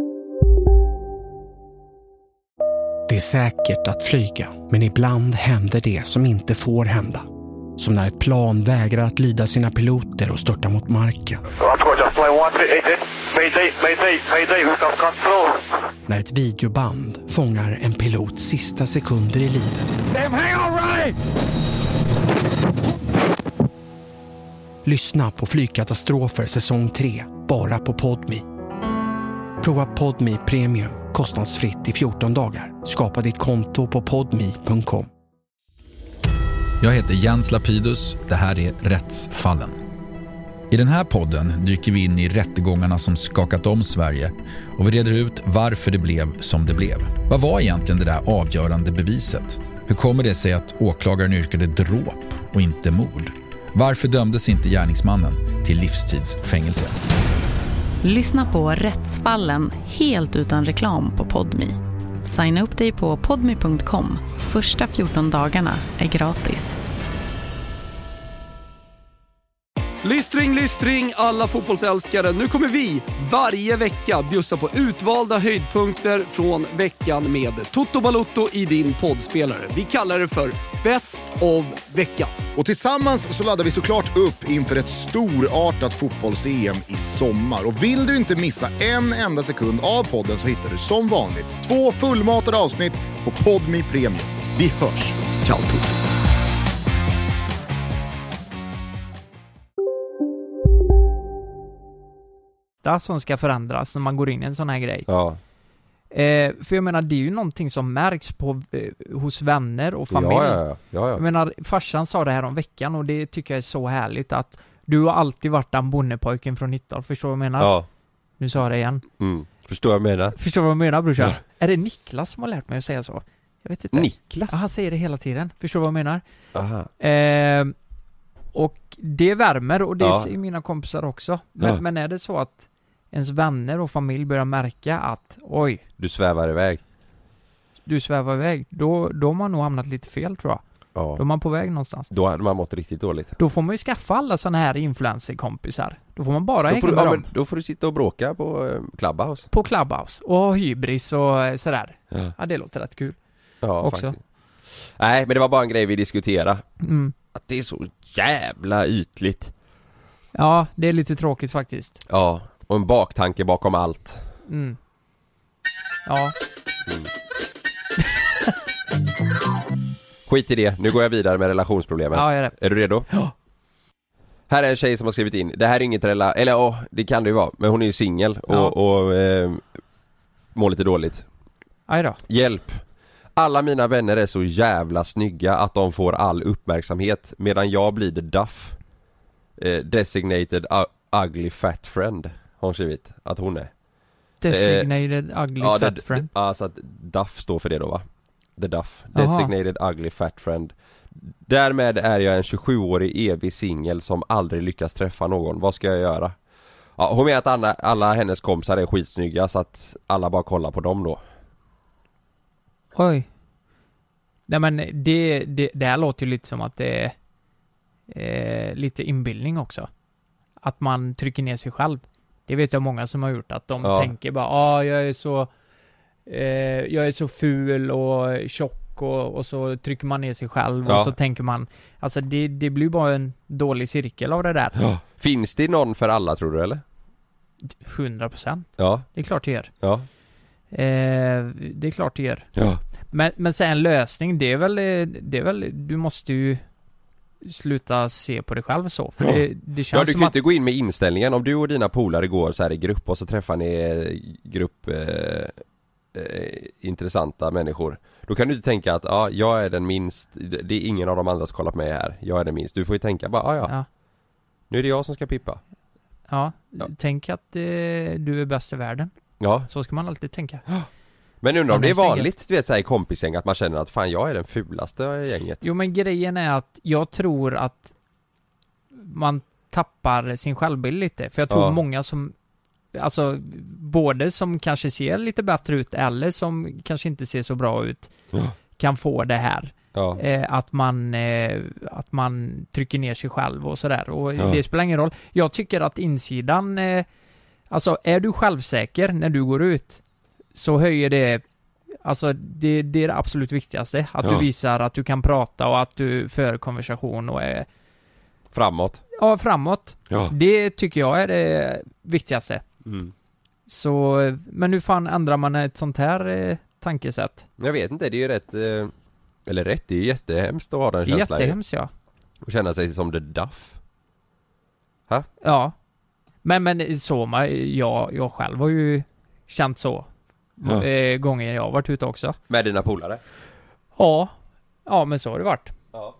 Det är säkert att flyga, men ibland händer det som inte får hända. Som när ett plan vägrar att lyda sina piloter och störtar mot marken. När ett videoband fångar en pilots sista sekunder i livet. Lyssna på Flygkatastrofer säsong 3, bara på Podme. Prova Podme Premium kostnadsfritt i 14 dagar. Skapa ditt konto på podme.com. Jag heter Jens Lapidus, det här är Rättsfallen. I den här podden dyker vi in i rättegångarna som skakat om Sverige och vi reder ut varför det blev som det blev. Vad var egentligen det där avgörande beviset? Hur kommer det sig att åklagaren yrkade dråp och inte mord? Varför dömdes inte gärningsmannen till livstidsfängelse? Lyssna på Rättsfallen helt utan reklam på Podme. Signa upp dig på podme.com. Första 14 dagarna är gratis. Lystring alla fotbollsälskare. Nu kommer vi varje vecka bjussa på utvalda höjdpunkter från veckan med Toto Balotto i din poddspelare. Vi kallar det för Best of veckan. Och tillsammans så laddar vi såklart upp inför ett storartat fotbolls-EM i sommar. Och vill du inte missa en enda sekund av podden så hittar du som vanligt 2 fullmatade avsnitt på Podme Premium. Vi hörs. Ciao Toto. Som ska förändras när man går in i en sån här grej. Ja. För jag menar, det är ju någonting som märks på hos vänner och familj. Ja. Jag menar, farsan sa det här om veckan och det tycker jag är så härligt att du har alltid varit den bonnepojken från 19. Förstår du vad jag menar? Ja. Nu sa jag det igen. Förstår vad jag menar. Förstår vad jag menar, brorsan? Ja. Är det Niklas som har lärt mig att säga så? Jag vet inte. Niklas? Ja, han säger det hela tiden. Förstår vad jag menar? Aha. Och det värmer och det säger mina kompisar också. Men är det så att ens vänner och familj börjar märka att du svävar iväg. Då har man nog hamnat lite fel, tror jag. Ja. Då är man på väg någonstans. Då hade man mått riktigt dåligt. Då får man ju skaffa alla såna här influencer-kompisar. Då får man bara hänga med dem. Då får du sitta och bråka på Clubhouse. På Clubhouse och ha hybris och sådär. Ja, det låter rätt kul. Ja, också. Faktiskt. Nej, men det var bara en grej vi diskuterade. Att det är så jävla ytligt. Ja, det är lite tråkigt faktiskt. Ja, och en baktanke bakom allt. Ja. Skit i det, nu går jag vidare med relationsproblemen. Ja, jag är det. Är du redo? Ja. Här är en tjej som har skrivit in. Det här är inget det kan det ju vara. Men hon är ju singel och mår lite dåligt. Aj då. Hjälp. Alla mina vänner är så jävla snygga att de får all uppmärksamhet, medan jag blir the duff. Designated ugly fat friend. Har hon skrivit att hon är. Designated ugly fat friend. Ja, så att duff står för det då, va? The duff. Designated ugly fat friend. Därmed är jag en 27-årig evig singel som aldrig lyckas träffa någon. Vad ska jag göra? Ja, hon menar att alla hennes kompisar är skitsnygga, så att alla bara kollar på dem då. Oj. Nej, men det här låter ju lite som att det är lite inbildning också. Att man trycker ner sig själv. Det vet jag många som har gjort, att de tänker bara jag är så ful och tjock och så trycker man ner sig själv och så tänker man, alltså det blir bara en dålig cirkel av det där. Ja. Finns det någon för alla, tror du, eller? 100%. Ja. Det är klart det gör. Ja. Det är klart det gör. Ja. Men sen en lösning, det är väl du måste ju sluta se på dig själv så. För det känns du som kan att... inte gå in med inställningen. Om du och dina polare går så här i grupp och så träffar ni grupp intressanta människor. Då kan du inte tänka att jag är den minst, det är ingen av de andra som kollar på mig här. Jag är den minst. Du får ju tänka bara, ja. Nu är det jag som ska pippa. Ja. Tänk att du är bäst i världen. Ja. Så ska man alltid tänka. Men undrar om det är vanligt, du vet, så här i kompisgäng att man känner att fan, jag är den fulaste i gänget. Jo, men grejen är att jag tror att man tappar sin självbild lite. För jag tror många som, alltså både som kanske ser lite bättre ut eller som kanske inte ser så bra ut kan få det här. Ja. Att man trycker ner sig själv och sådär. Och det spelar ingen roll. Jag tycker att insidan, alltså är du självsäker när du går ut, så höjer det, alltså det är det absolut viktigaste. Att du visar att du kan prata och att du för konversation och är framåt. Ja, framåt. Ja. Det tycker jag är det viktigaste. Så, men hur fan ändrar man ett sånt här tankesätt? Jag vet inte, det är ju rätt, eller rätt, det är jättehemskt att ha den känslan. Jättehemskt, ja. Och känna sig som the duff. Ha? Ja. Men så, jag själv har ju känt så. Gånger jag har varit ute också. Med dina polare? Ja, men så har det varit. Ja.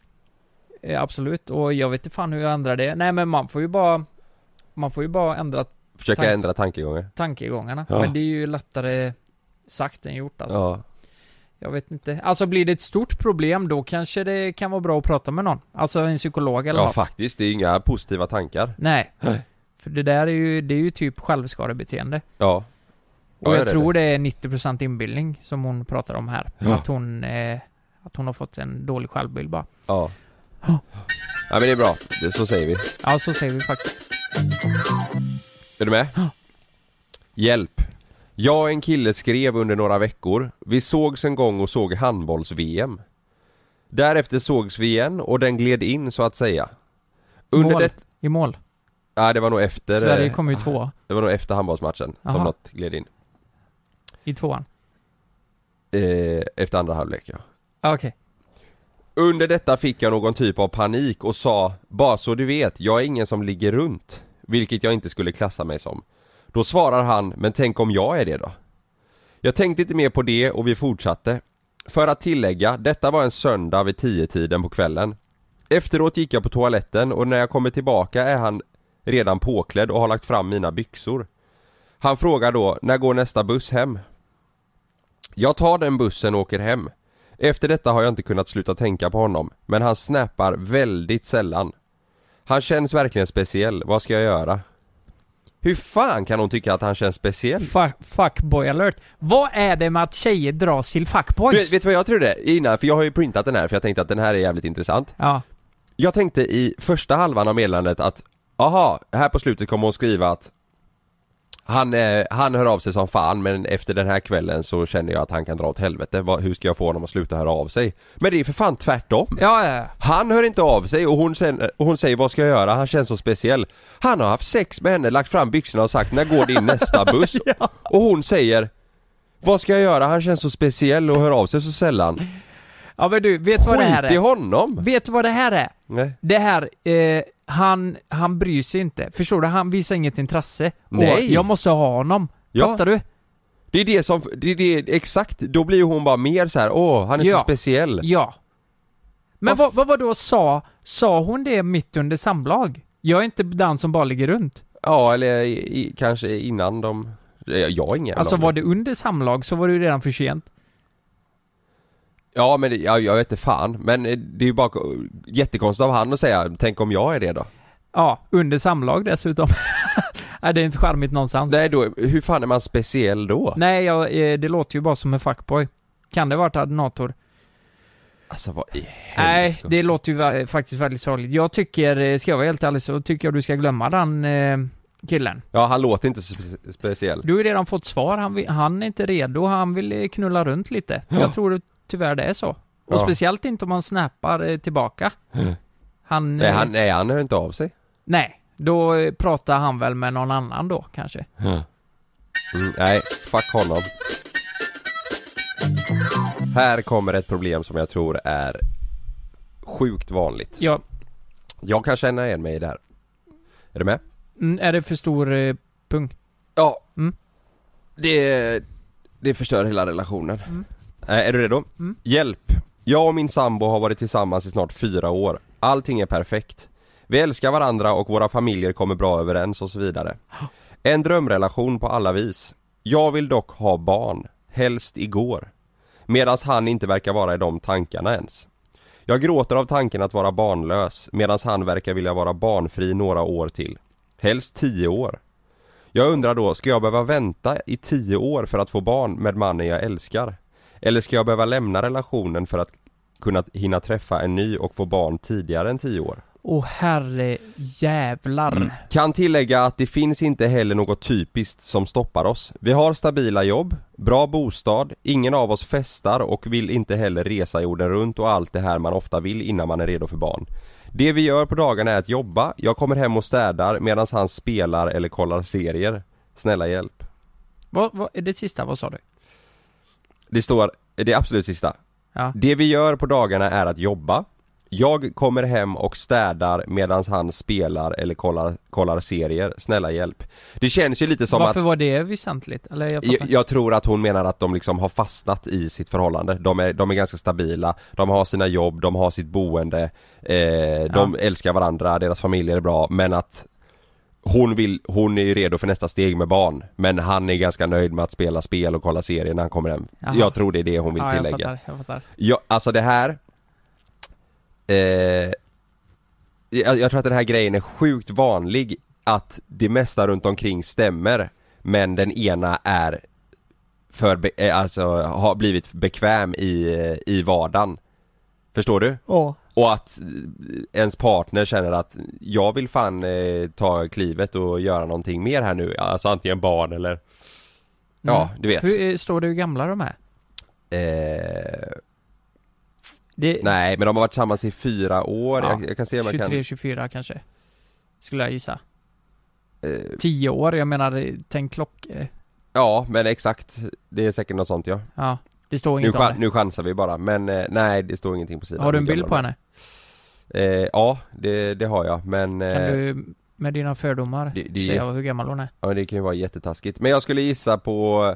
Absolut, och jag vet inte fan hur jag ändrar det. Nej, men man får ju bara ändra ändra tankegångarna. Ja. Men det är ju lättare sagt än gjort alltså. Ja. Jag vet inte. Alltså blir det ett stort problem, då kanske det kan vara bra att prata med någon. Alltså en psykolog eller något. Ja, faktiskt, det är inga positiva tankar. Nej. För det där är ju typ självskadebeteende. Ja. Och jag tror det är 90% inbildning som hon pratar om här. Ja. Att hon har fått en dålig självbild bara. Ja. Ja, men det är bra. Så säger vi. Ja, så säger vi faktiskt. Är du med? Ja. Hjälp. Jag och en kille skrev under några veckor. Vi sågs en gång och såg handbolls-VM. Därefter sågs vi igen och den gled in så att säga. I mål? Ja, det var nog efter... Sverige kom ju 2. Det var nog efter handbollsmatchen som något gled in. I 2:an? Efter andra halvlek, ja. Okej. Under detta fick jag någon typ av panik och sa, bara så du vet, jag är ingen som ligger runt. Vilket jag inte skulle klassa mig som. Då svarar han, men tänk om jag är det då? Jag tänkte inte mer på det och vi fortsatte. För att tillägga, detta var en söndag vid 10-tiden på kvällen. Efteråt gick jag på toaletten och när jag kommer tillbaka är han redan påklädd och har lagt fram mina byxor. Han frågar då, när går nästa buss hem? Jag tar den bussen och åker hem. Efter detta har jag inte kunnat sluta tänka på honom, men han snappar väldigt sällan. Han känns verkligen speciell, vad ska jag göra? Hur fan kan hon tycka att han känns speciell? Fuckboy alert. Vad är det med att tjejer dras till fuckboys? Vet du vad jag trodde innan? För jag har ju printat den här, för jag tänkte att den här är jävligt intressant. Ja. Jag tänkte i första halvan av meddelandet att här på slutet kommer hon skriva att han hör av sig som fan, men efter den här kvällen så känner jag att han kan dra åt helvete. Hur ska jag få honom att sluta höra av sig? Men det är för fan tvärtom. Ja. Han hör inte av sig och hon säger, vad ska jag göra? Han känns så speciell. Han har haft sex med henne, lagt fram byxorna och sagt, när går din nästa buss? Ja. Och hon säger, vad ska jag göra? Han känns så speciell och hör av sig så sällan. Ja, men du, vet vad det här är? Skit i honom. Vet du vad det här är? Nej. Det här, han bryr sig inte. Förstår du? Han visar inget intresse. Nej. Och jag måste ha honom. Ja. Fattar du? Det är det som, exakt, då blir hon bara mer så här, han är så speciell. Ja. Men vad då sa hon det mitt under samlag? Jag är inte den som bara ligger runt. Ja, eller kanske innan de... Jag har ingen. Alltså var det under samlag så var det ju redan för sent. Ja, men jag vet inte fan. Men det är ju bara jättekonstigt av han att säga, tänk om jag är det då. Ja, under samlag dessutom. Nej, det är inte charmigt någonstans. Nej, då, hur fan är man speciell då? Nej, det låter ju bara som en fuckboy. Kan det varit adnator? Alltså vad i helvete? Nej, det låter ju faktiskt väldigt sorgligt. Jag tycker, ska jag vara helt ärlig, så tycker jag du ska glömma den killen. Ja, han låter inte så speciell. Du har ju redan fått svar, han är inte redo, han vill knulla runt lite. Ja. Jag tror tyvärr det är så. Och speciellt inte om man snappar tillbaka. Han hör inte av sig. Nej, då pratar han väl med någon annan då kanske. Nej, fuck honom. Här kommer ett problem som jag tror är sjukt vanligt. Ja. Jag kan känna igen mig i det här. Är du med? Är det för stor pung? Ja. Det förstör hela relationen. Är du redo? Hjälp. Jag och min sambo har varit tillsammans i snart 4 år. Allting är perfekt. Vi älskar varandra och våra familjer kommer bra överens och så vidare. En drömrelation på alla vis. Jag vill dock ha barn. Helst igår. Medan han inte verkar vara i de tankarna ens. Jag gråter av tanken att vara barnlös. Medan han verkar vilja vara barnfri några år till. Helst 10 år. Jag undrar då, ska jag behöva vänta i 10 år för att få barn med mannen jag älskar? Eller ska jag behöva lämna relationen för att kunna hinna träffa en ny och få barn tidigare än 10 år? Åh herre jävlar. Kan tillägga att det finns inte heller något typiskt som stoppar oss. Vi har stabila jobb, bra bostad, ingen av oss festar och vill inte heller resa jorden runt och allt det här man ofta vill innan man är redo för barn. Det vi gör på dagarna är att jobba. Jag kommer hem och städar medan han spelar eller kollar serier. Snälla hjälp. Vad är det sista? Vad sa du? Det står, det är absolut sista. Ja. Det vi gör på dagarna är att jobba. Jag kommer hem och städar medan han spelar eller kollar serier. Snälla hjälp. Det känns ju lite som Varför att... var det väsentligt? Eller jag tror att hon menar att de liksom har fastnat i sitt förhållande. De är ganska stabila. De har sina jobb, de har sitt boende. De älskar varandra, deras familjer är bra. Men att hon är ju redo för nästa steg med barn. Men han är ganska nöjd med att spela spel och kolla serier när han kommer hem. Jaha. Jag tror det är det hon vill tillägga. Jag fattar. Ja, alltså det här... jag tror att den här grejen är sjukt vanlig, att det mesta runt omkring stämmer, men den ena är har blivit bekväm i vardagen. Förstår du? Ja. Och att ens partner känner att jag vill fan ta klivet och göra någonting mer här nu. Alltså antingen barn eller... Ja, du vet. Står det hur gamla de är? Nej, men de har varit tillsammans i 4 år. Ja, jag kan se om jag kan... 23-24 kanske. Skulle jag gissa. 10 år, jag menar, tänk Ja, men exakt. Det är säkert något sånt, ja. Ja, det står inget om det. Nu chansar vi bara, men nej, det står ingenting på sidan. Har du en bild på henne? Ja, det har jag, men... Kan du med dina fördomar säga hur gammal hon är? Ja, det kan ju vara jättetaskigt. Men jag skulle gissa på...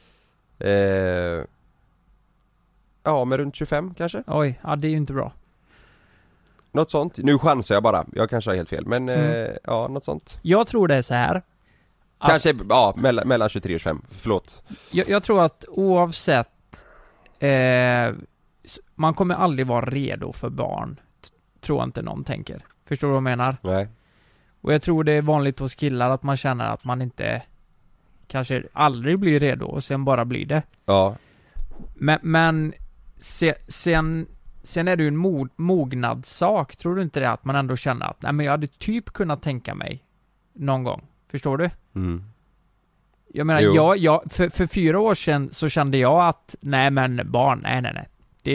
Ja, men runt 25 kanske. Oj, ja det är ju inte bra. Något sånt. Nu chansar jag bara. Jag kanske har helt fel. Men ja, något sånt. Jag tror det är så här. Kanske, ja, mellan 23 och 25. Förlåt. Jag tror att oavsett man kommer aldrig vara redo för barn. Tror inte någon tänker. Förstår du vad jag menar? Nej. Och jag tror det är vanligt hos killar att man känner att man inte kanske aldrig blir redo och sen bara blir det. Ja. Men sen är det ju en mognadssak. Tror du inte det, att man ändå känner att nej, men jag hade typ kunnat tänka mig någon gång. Förstår du? Mm. Jag menar, jag för 4 år sedan så kände jag att nej men barn, nej.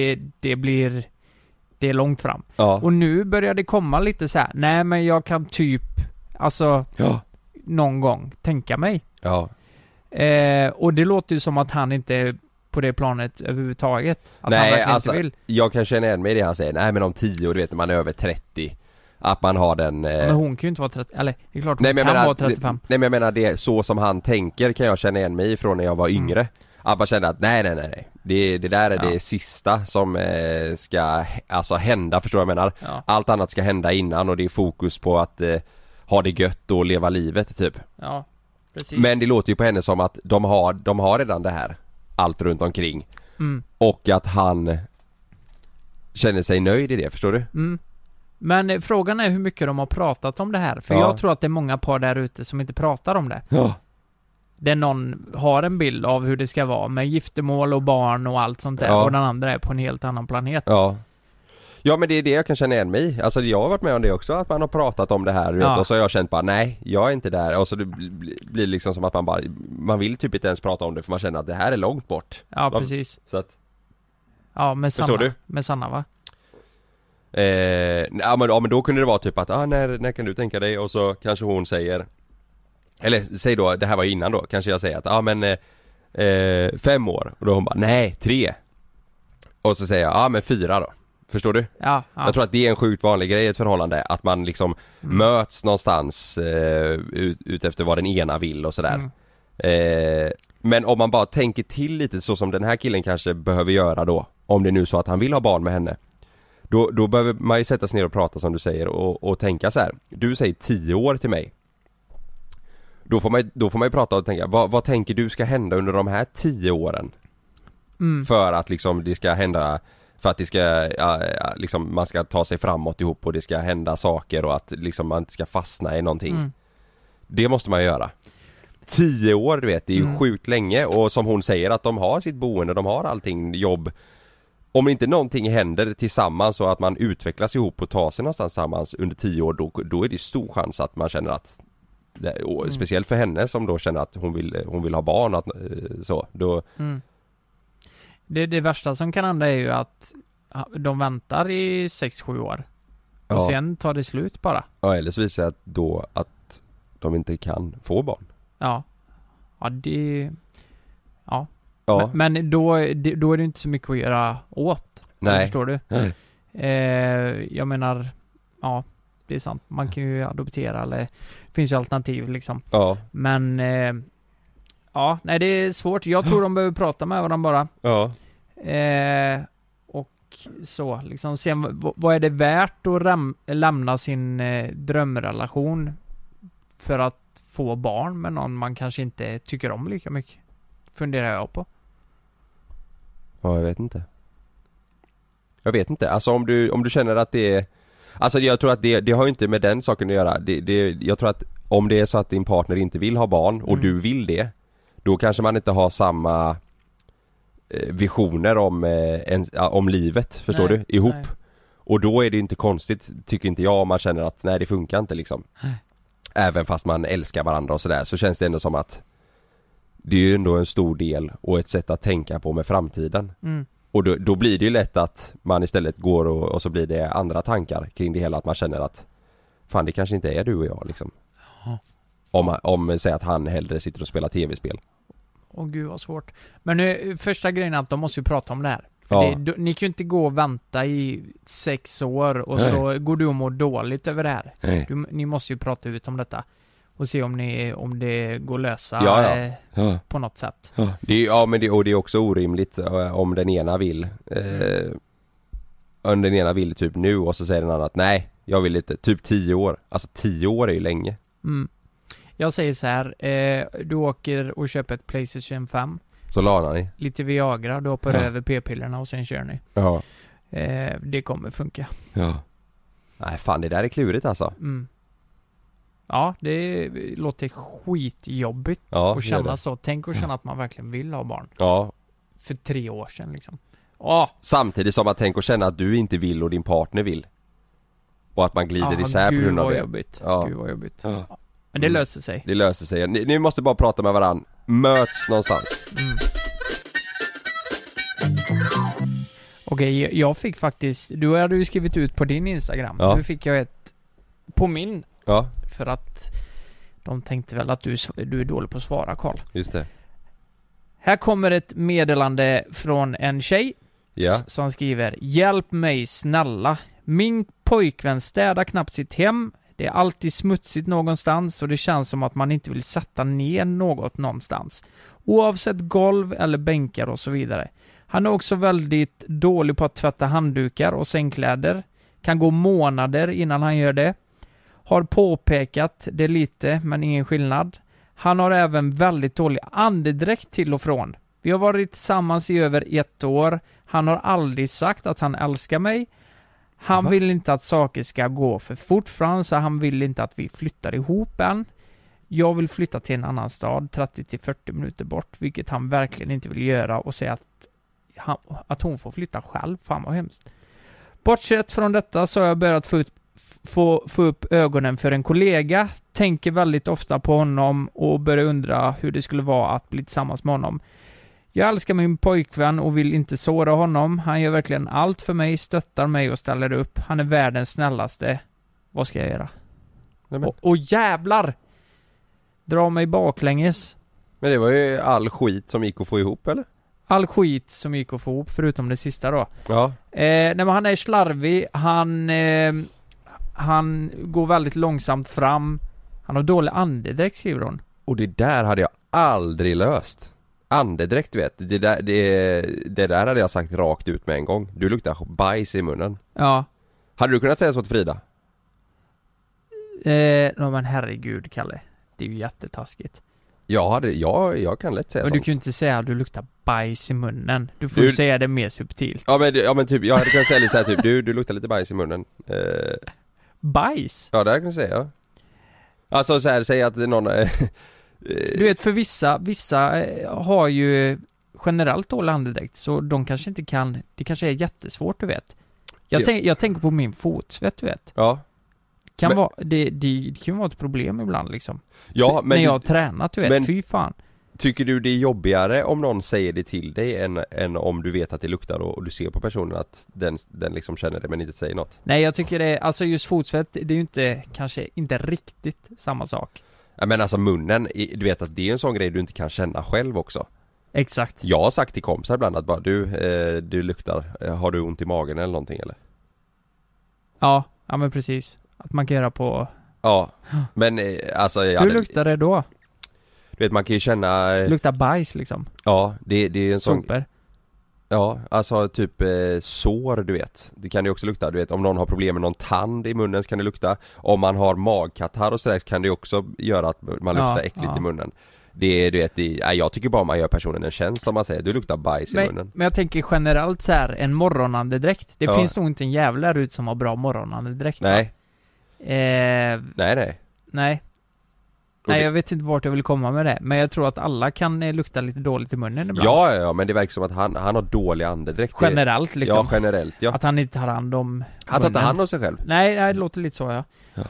Det är långt fram. Ja. Och nu börjar det komma lite så här, nej men jag kan typ någon gång tänka mig. Ja. Och det låter ju som att han inte är på det planet överhuvudtaget. Att nej, han verkligen alltså, inte vill. jag kan känna igen mig i det han säger. Nej, men om 10 år, du vet, när man är över 30. Att man har den... Men hon kan ju inte vara 30, eller det är klart hon kan vara 35. Nej, men jag menar, det så som han tänker kan jag känna igen mig ifrån när jag var yngre. Att man känner att nej. Det där är det sista som ska alltså hända, förstår jag menar. Ja. Allt annat ska hända innan och det är fokus på att ha det gött och leva livet typ. Ja, precis. Men det låter ju på henne som att de har redan det här. Allt runt omkring. Och att han känner sig nöjd i det, förstår du? Men frågan är hur mycket de har pratat om det här. För jag tror att det är många par där ute som inte pratar om det. Ja. Där någon har en bild av hur det ska vara med giftermål och barn och allt sånt där. Ja. Och den andra är på en helt annan planet. Ja, men det är det jag kan känna igen mig i. Alltså jag har varit med om det också, att man har pratat om det här och så har jag känt bara, nej, jag är inte där. Och så det blir liksom som att man vill typ inte ens prata om det, för man känner att det här är långt bort. Ja, precis. Så att... Ja, med Sanna. Förstår du? Med Sanna, va? Men då kunde det vara typ att när kan du tänka dig? Och så kanske hon säger, eller säg då, det här var innan då, kanske jag säger att 5 år. Och då hon bara, nej 3. Och så säger jag, ja men 4 då. Förstår du? Ja. Jag tror att det är en sjukt vanlig grej i ett förhållande. Att man liksom möts någonstans ut efter vad den ena vill och sådär. Men om man bara tänker till lite så som den här killen kanske behöver göra då. Om det är nu så att han vill ha barn med henne. Då behöver man ju sätta sig ner och prata som du säger och tänka så här. Du säger 10 år till mig. Då får man ju prata och tänka, vad tänker du ska hända under de här 10 åren? För att liksom det ska hända, för att det ska liksom man ska ta sig framåt ihop och det ska hända saker och att liksom man inte ska fastna i någonting. Det måste man göra. 10 år, du vet, det är ju sjukt länge. Och som hon säger att de har sitt boende, de har allting, jobb. Om inte någonting händer tillsammans så att man utvecklas ihop och tar sig någonstans tillsammans under 10 år, då är det stor chans att man känner att speciellt för henne som då känner att hon vill ha barn att, så, då Det värsta som kan hända är ju att de väntar i 6-7 år och sen tar det slut bara. Ja, eller så visar det då att de inte kan få barn. Ja, det... Ja. Men då är det inte så mycket att göra åt. Nej. Förstår du? Jag menar, ja, det är sant. Man kan ju adoptera eller... Det finns ju alternativ liksom. Ja. Men... Ja, nej det är svårt. Jag tror de behöver prata med varandra bara. Ja. Och så, liksom sen vad är det värt att lämna sin drömrelation för att få barn med någon man kanske inte tycker om lika mycket? Funderar jag på. Ja, jag vet inte. Alltså om du känner att det är... Alltså jag tror att det har ju inte med den saken att göra. Jag tror att om det är så att din partner inte vill ha barn och du vill det, då kanske man inte har samma visioner om livet, förstår du, ihop. Nej. Och då är det inte konstigt, tycker inte jag, om man känner att nej, det funkar inte liksom. Nej. Även fast man älskar varandra och sådär, så känns det ändå som att det är ju ändå en stor del och ett sätt att tänka på med framtiden. Och då blir det ju lätt att man istället går och så blir det andra tankar kring det hela, att man känner att fan, det kanske inte är du och jag liksom. Om säg att han hellre sitter och spelar tv-spel. Åh gud vad svårt. Men nu, första grejen är att de måste ju prata om det här. För ni kan ju inte gå och vänta i 6 år och så går du och mår dåligt över det här. Ni måste ju prata ut om detta och se om det går att lösa på något sätt. Men det är också orimligt om den ena vill om den ena vill typ nu och så säger den andra att nej, jag vill inte, typ 10 år. Alltså 10 år är ju länge. Jag säger så här, du åker och köper ett PlayStation 5. Så lanar ni. Lite Viagra, du hoppar över p-pillerna och sen kör ni. Ja. Det kommer funka. Ja. Nej fan, det där är klurigt alltså. Ja, det låter skitjobbigt att känna så. Tänk att känna att man verkligen vill ha barn. Ja. För 3 år sedan liksom. Samtidigt som man tänker att känna att du inte vill och din partner vill. Och att man glider isär på grund av det. Gud vad jobbigt. Ja. Men det löser sig. Det löser sig. Ni måste bara prata med varandra. Möts någonstans. Okej, jag fick faktiskt... Du hade ju skrivit ut på din Instagram. Nu fick jag ett på min. Ja. För att de tänkte väl att du är dålig på att svara, Carl. Just det. Här kommer ett meddelande från en tjej som skriver: hjälp mig snälla. Min pojkvän städar knappt sitt hem. Det är alltid smutsigt någonstans och det känns som att man inte vill sätta ner något någonstans. Oavsett golv eller bänkar och så vidare. Han är också väldigt dålig på att tvätta handdukar och sängkläder. Kan gå månader innan han gör det. Har påpekat det lite, men ingen skillnad. Han har även väldigt dålig andedräkt till och från. Vi har varit tillsammans i över 1 år. Han har aldrig sagt att han älskar mig. Han vill inte att saker ska gå för fort fram, så han vill inte att vi flyttar ihop än. Jag vill flytta till en annan stad 30-40 minuter bort, vilket han verkligen inte vill göra, och säga att hon får flytta själv. Fan vad hemskt. Bortsett från detta så har jag börjat få upp ögonen för en kollega. Tänker väldigt ofta på honom och börjar undra hur det skulle vara att bli tillsammans med honom. Jag älskar min pojkvän och vill inte såra honom. Han gör verkligen allt för mig, stöttar mig och ställer upp. Han är världens snällaste. Vad ska jag göra? Och jävlar! Dra mig baklänges. Men det var ju all skit som gick att få ihop, eller? All skit som gick att få ihop, förutom det sista då. Ja. Nej, men han är slarvig. Han går väldigt långsamt fram. Han har dålig andedräkt, skriver hon. Och det där hade jag aldrig löst. Andedräkt, vet. Det där hade jag sagt rakt ut med en gång. Du luktar bajs i munnen. Ja. Hade du kunnat säga så till Frida? Men herregud, Kalle. Det är ju jättetaskigt. Jag kan lätt säga men sånt. Du kan ju inte säga att du luktar bajs i munnen. Du får ju säga det mer subtilt. Ja men typ, jag hade kunnat säga lite så här, typ, du luktar lite bajs i munnen. Bajs? Ja, det kan jag säga. Alltså så här, säg att någon... du vet, för vissa har ju generellt dålig andedräkt, så de kanske inte kan... Det kanske är jättesvårt, du vet. Jag tänker på min fotsvett, du vet. Ja. Det kan ju vara ett problem ibland liksom. Ja, men när jag har tränat, du vet, men, fy fan. Tycker du det är jobbigare om någon säger det till dig än om du vet att det luktar och du ser på personen att den liksom känner det men inte säger något? Nej, jag tycker det, alltså just fotsvett, det är ju inte, kanske inte riktigt samma sak. Ja, men alltså munnen, du vet att det är en sån grej du inte kan känna själv också. Exakt. Jag har sagt till kompisar ibland att bara, du luktar, har du ont i magen eller någonting eller? Ja men precis. Att man kan göra på... Ja, men alltså... Hur luktar det då? Du vet, man kan ju känna... Luktar bajs liksom. Ja, det är en sån... Super. Ja, alltså typ sår, du vet. Det kan ju också lukta, du vet. Om någon har problem med någon tand i munnen så kan det lukta. Om man har magkatarr och sådär så kan det också göra att man luktar äckligt i munnen. Du vet, jag tycker bara man gör personen en tjänst om man säger du luktar bajs i munnen. Men jag tänker generellt så här, en morgonandedräkt. Det finns nog inte en jävla ut som har bra morgonandedräkt. Nej. Nej, jag vet inte vart jag vill komma med det. Men jag tror att alla kan lukta lite dåligt i munnen ibland. Ja, men det verkar som att han har dålig andedräkt. Generellt liksom. Ja, generellt, ja. Att han inte tar hand om han tar inte hand om sig själv. Nej, det låter lite så, ja.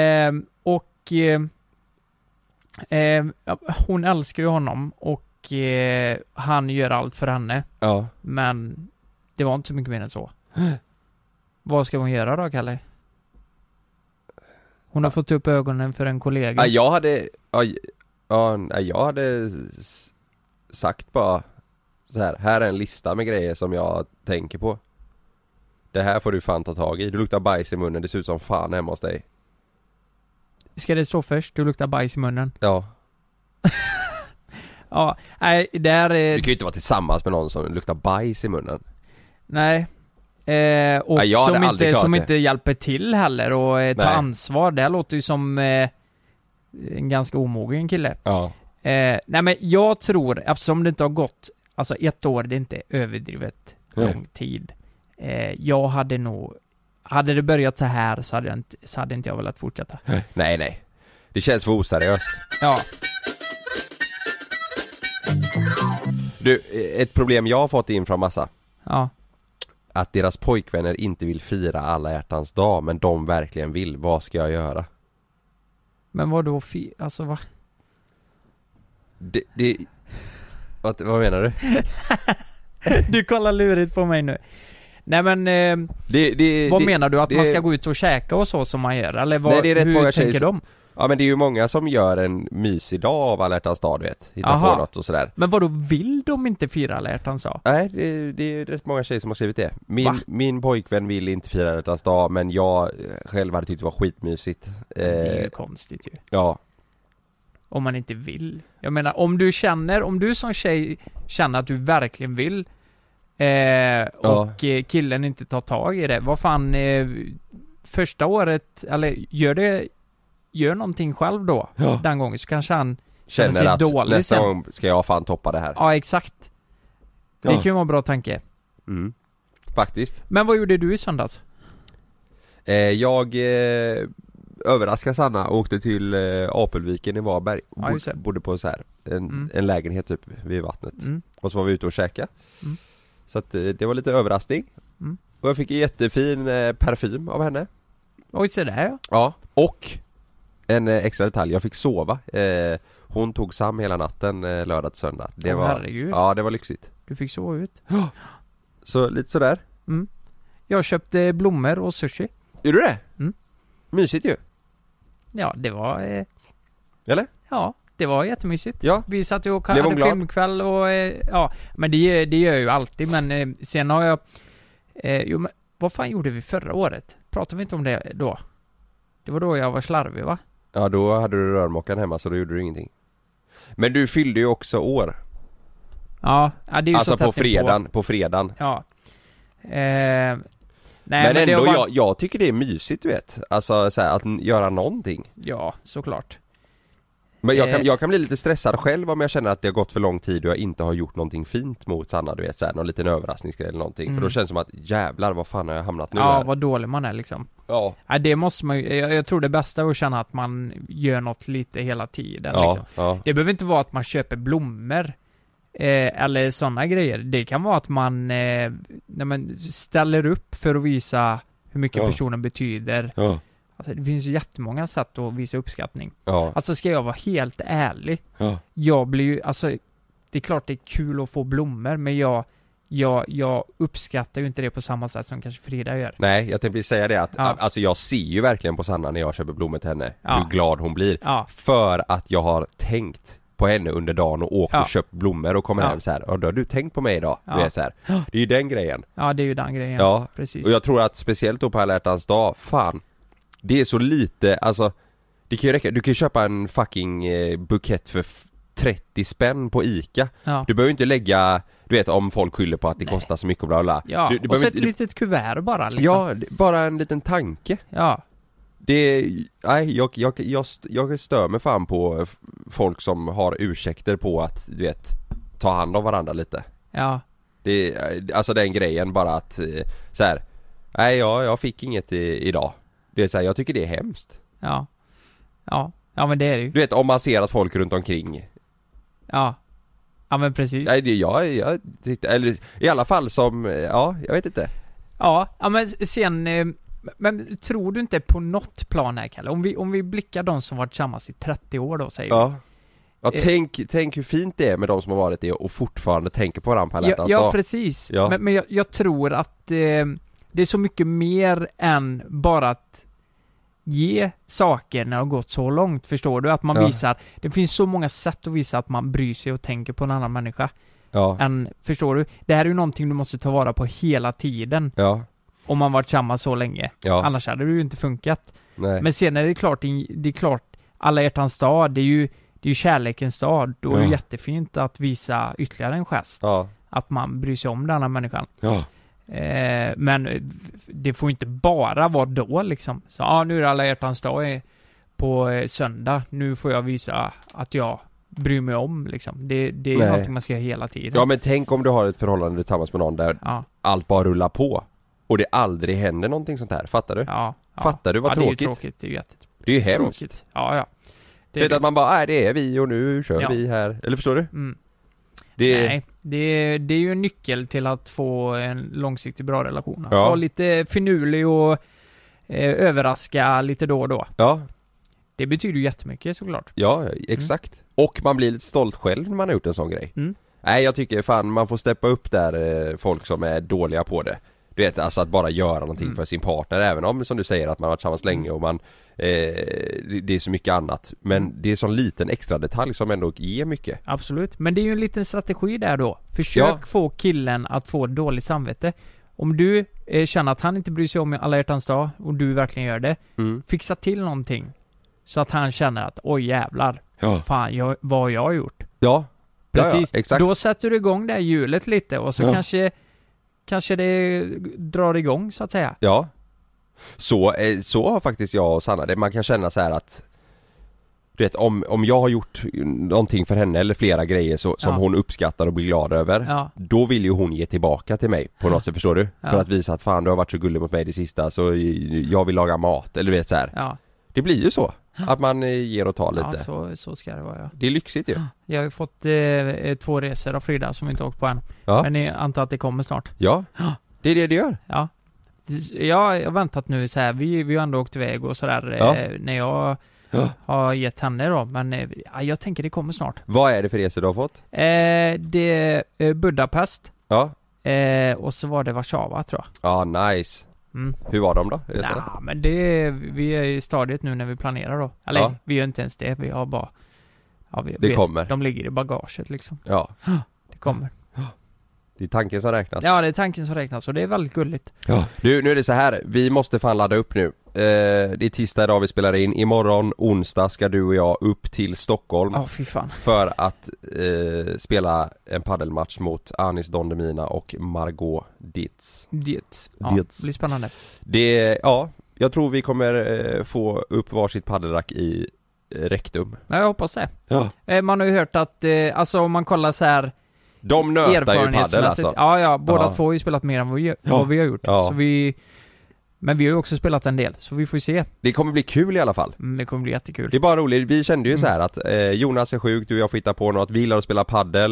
Hon älskar ju honom och han gör allt för henne. Ja. Men det var inte så mycket mer än så. Vad ska hon göra då, Kalle? Hon har fått upp ögonen för en kollega. Jag hade sagt bara så här är en lista med grejer som jag tänker på. Det här får du fan ta tag i. Du luktar bajs i munnen, det ser ut som fan hemma hos dig. Ska det stå först? Du luktar bajs i munnen. Ja. Ja, nej, det är... Du kan ju inte vara tillsammans med någon som luktar bajs i munnen. Nej. Och som inte hjälper till heller och tar ansvar. Det här låter ju som en ganska omogen kille. Ja. Nej, men jag tror, eftersom det inte har gått, alltså 1 år, det är inte överdrivet lång tid. Jag hade nog, hade det börjat så här så hade inte jag velat fortsätta. Nej. Det känns för oseriöst. Ja. Du, ett problem jag har fått in från massa. Ja. Att deras pojkvänner inte vill fira alla hjärtans dag, men de verkligen vill. Vad ska jag göra? Men vad då? Alltså va? Vad menar du? Du kollar lurigt på mig nu. Nej men vad menar du? Att man ska gå ut och käka och så som man gör? Eller vad, det är rätt hur många tänker de? Ja, men det är ju många som gör en mysig dag av alla hjärtans dag, du vet. Hittar på något och sådär. Men vad då, vill de inte fira alla hjärtans dag? Nej, det är rätt många tjejer som har skrivit det. Min pojkvän vill inte fira alla hjärtans dag, men jag själv hade tyckt det var skitmysigt. Det är ju konstigt ju. Ja. Om man inte vill. Jag menar, om du som tjej känner att du verkligen vill och killen inte tar tag i det, vad fan, första året, eller gör någonting själv då, den gången, så kanske han känner sig att dålig nästa sen. gång ska jag fan toppa det här. Ja, exakt. Det kan ju vara en bra tanke. Faktiskt. Men vad gjorde du i söndags? Jag överraskade Sanna och åkte till Apelviken i Varberg. Bodde på så här en lägenhet typ vid vattnet. Och så var vi ute och käka. Så att det var lite överraskning. Och jag fick en jättefin parfym av henne. Oj, så där ja. Ja, och en extra detalj, jag fick sova. Hon tog Sam hela natten lördag till söndag. Det var, herregud. ja, det var lyxigt. Du fick sova ut. Så lite sådär. Jag köpte blommor och sushi. Gjorde du det? Mysigt ju. Ja, det var... Eller? Ja, det var jättemysigt. Ja. Vi satt ju och Blev hon hade glad? filmkväll och ja, men det gör jag ju alltid, men sen har jag men vad fan gjorde vi förra året? Pratade vi inte om det då? Det var då jag var slarvig, va? Ja, då hade du rörmokaren hemma så då gjorde du ingenting. Men du fyllde ju också år. Ja, det är ju alltså så på fredagen. Ja. Men ändå, jag tycker det är mysigt, du vet. Alltså så här, att göra någonting. Ja, såklart. Men jag kan bli lite stressad själv om jag känner att det har gått för lång tid och jag inte har gjort någonting fint mot Sanna, du vet, så här, någon liten överraskningsgrej eller någonting. För då känns det som att jävlar, vad fan har jag hamnat nu här? Ja, vad dålig man är liksom. Ja. Det måste man ju, jag tror det bästa är att känna att man gör något lite hela tiden liksom. Ja. Det behöver inte vara att man köper blommor eller sådana grejer. Det kan vara att man ställer upp för att visa hur mycket personen betyder. Ja. Alltså, det finns ju jättemånga sätt att visa uppskattning. Ja. Alltså ska jag vara helt ärlig. Ja. Jag blir ju, alltså det är klart det är kul att få blommor, men jag uppskattar ju inte det på samma sätt som kanske Frida gör. Nej, jag tänkte säga det att alltså jag ser ju verkligen på Sanna när jag köper blommor till henne hur glad hon blir. Ja. För att jag har tänkt på henne under dagen och åkt och köpt blommor och kommer hem så här. Och då har du tänkt på mig idag. Du är så här. Det är ju den grejen. Ja, det är ju den grejen. Ja, precis. Och jag tror att speciellt då på alla hjärtans dag, fan, det är så lite, alltså det kan ju räcka, du kan ju köpa en fucking bukett för 30 spänn på Ica. Ja. Du behöver ju inte lägga, du vet, om folk skyller på att det kostar så mycket och bla bla. Ja, du och så ett litet kuvert bara liksom. Ja, bara en liten tanke. Ja. Nej, jag stör mig fan på folk som har ursäkter på att, du vet, ta hand om varandra lite. Ja. Alltså den grejen bara att så här, nej, jag fick inget idag. Det är så här, jag tycker det är hemskt. Ja. Ja, men det är det ju. Du vet, om man ser att folk runt omkring. Ja. Ja, men precis. Nej, jag eller i alla fall som, ja, jag vet inte. Ja, men sen, men tror du inte på något plan här, Kalle? Om vi blickar de som varit tillsammans i 30 år då, säger vi. Ja, tänk hur fint det är med de som har varit det och fortfarande tänker på varandra på alla hjärtans dag. Ja, precis. Ja. Men jag tror att det är så mycket mer än bara att ge saker när det har gått så långt, förstår du? Att man visar, det finns så många sätt att visa att man bryr sig och tänker på en annan människa. Ja. Förstår du? Det här är ju någonting du måste ta vara på hela tiden. Ja. Om man varit tillsammans så länge. Ja. Annars hade det ju inte funkat. Nej. Men sen är det klart alla hjärtans dag, det är ju kärlekens dag. Då är det jättefint att visa ytterligare en gest. Ja. Att man bryr sig om den här människan. Ja. Men det får inte bara vara då liksom. Så nu är det alla hjärtans dag på söndag. Nu får jag visa att jag bryr mig om liksom. Det är ju någonting man ska göra hela tiden. Ja, men tänk om du har ett förhållande tillsammans med någon där allt bara rullar på och det aldrig händer någonting sånt här. Fattar du? Ja. Fattar du vad tråkigt? Det är ju tråkigt, det är ju det är ju hemskt. Tråkigt. Ja. Det är att man bara, det är vi och nu kör vi här. Eller förstår du? Mm. Nej, det är ju en nyckel till att få en långsiktig bra relation. Att vara lite finurlig och överraska lite då och då. Ja. Det betyder ju jättemycket såklart. Ja, exakt. Och man blir lite stolt själv när man har gjort en sån grej. Nej, jag tycker fan man får steppa upp där folk som är dåliga på det. Du vet, alltså att bara göra någonting för sin partner, även om, som du säger, att man har varit tillsammans länge och man det är så mycket annat. Men det är sån liten extra detalj som ändå ger mycket. Absolut, men det är ju en liten strategi där då. Försök få killen att få dåligt samvete. Om du känner att han inte bryr sig om alla hjärtans dag och du verkligen gör det, fixa till någonting så att han känner att oj jävlar, fan, vad har jag gjort? Ja, precis. Exakt. Då sätter du igång det här hjulet lite och så kanske det drar igång så att säga. Ja. Så har faktiskt jag och Sanna det. Man kan känna så här att, du vet, om jag har gjort någonting för henne eller flera grejer som hon uppskattar och blir glad över, då vill ju hon ge tillbaka till mig på något sätt, förstår du? För att visa att fan, du har varit så gullig mot mig det sista, så jag vill laga mat, eller vet så här. Ja. Det blir ju så att man ger och tar lite. Ja, så ska det vara, Det är lyxigt ju. Jag har ju fått 2 resor av Frida som vi inte åkt på än. Ja. Men jag antar att det kommer snart. Ja, det är det gör. Ja. Jag har väntat nu så här. Vi har ändå åkt iväg och sådär när jag har gett henne då. Men jag tänker det kommer snart. Vad är det för resor du har fått? Det är Budapest. Ja. Och så var det Warszawa, tror jag. Ja, nice. Hur var de då? Ja, men vi är i stadiet nu när vi planerar då. Eller vi gör inte ens det. Vi har bara Ja, det kommer. De ligger i bagaget liksom. Ja. Det kommer. Det är tanken som räknas. Ja, det är tanken som räknas och det är väldigt gulligt. Ja. Nu är det så här, vi måste fan ladda upp nu. Det är tisdag idag vi spelar in. Imorgon, onsdag, ska du och jag upp till Stockholm. Fy fan. För att spela en paddelmatch mot Anis Don Demina och Margot Dietz. Ja, det blir spännande. Jag tror vi kommer få upp varsitt paddelrack i rektum. Ja, jag hoppas det. Ja. Man har ju hört att, alltså om man kollar så här. De nötar ju paddel alltså. Ja, båda två har ju spelat mer än vad vi har gjort. Ja. Så men vi har ju också spelat en del, så vi får se. Det kommer bli kul i alla fall. Det kommer bli jättekul. Det är bara roligt, vi kände ju så här att Jonas är sjuk, du och jag får hitta på något. Vi gillar att spela paddel.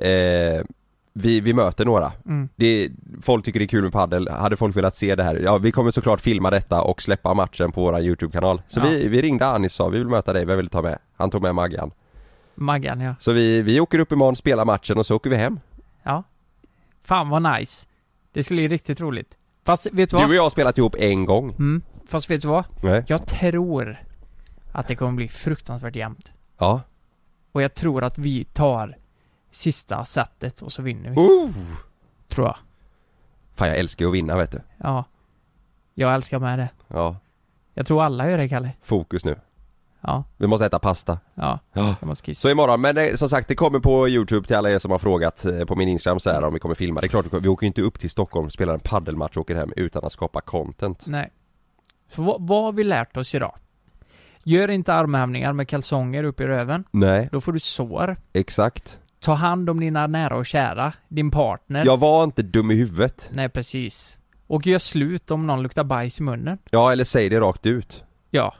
Vi möter några. Folk tycker det är kul med paddel. Hade folk velat se det här? Ja, vi kommer såklart filma detta och släppa matchen på vår YouTube-kanal. Så vi ringde Anis och sa, vi vill möta dig, vem vill ta med? Han tog med Maggan, ja. Så vi åker upp imorgon, spelar matchen och så åker vi hem. Ja. Fan vad nice. Det skulle bli riktigt roligt. Fast vet du vad? Du och jag har spelat ihop en gång. Fast vet du vad? Nej. Jag tror att det kommer bli fruktansvärt jämnt. Ja. Och jag tror att vi tar sista sättet och så vinner vi. Tror jag. Fan, jag älskar att vinna, vet du. Ja. Jag älskar med det. Ja. Jag tror alla gör det, Kalle. Fokus nu. Ja. Vi måste äta pasta. Ja. Jag måste kissa. Så imorgon, men som sagt, det kommer på YouTube till alla er som har frågat på min Instagram så här om vi kommer filma. Det är klart, vi åker inte upp till Stockholm och spelar en paddelmatch och åker hem utan att skapa content. Nej. Så vad har vi lärt oss idag? Gör inte armhävningar med kalsonger upp i röven. Nej. Då får du sår. Exakt. Ta hand om dina nära och kära, din partner. Jag var inte dum i huvudet. Nej, precis. Och gör slut om någon luktar bajs i munnen. Ja, eller säg det rakt ut. Ja.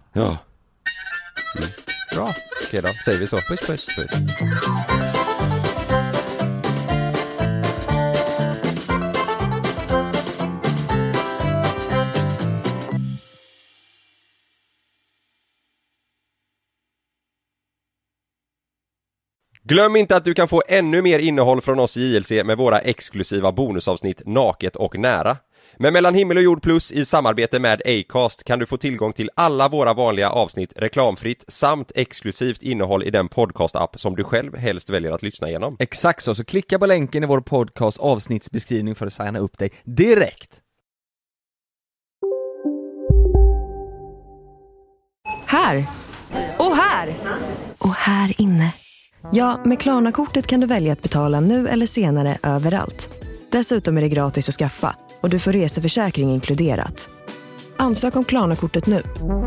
Bra. Okej då, säger vi så. Puss. Glöm inte att du kan få ännu mer innehåll från oss i JLC med våra exklusiva bonusavsnitt Naket och nära. Med Mellan himmel och jord plus i samarbete med Acast kan du få tillgång till alla våra vanliga avsnitt reklamfritt samt exklusivt innehåll i den podcast-app som du själv helst väljer att lyssna igenom. Exakt så klicka på länken i vår podcast avsnittsbeskrivning för att signa upp dig direkt. Här. Och här. Och här inne. Ja, med Klarna-kortet kan du välja att betala nu eller senare överallt. Dessutom är det gratis att skaffa och du får reseförsäkring inkluderat. Ansök om Klarna-kortet nu.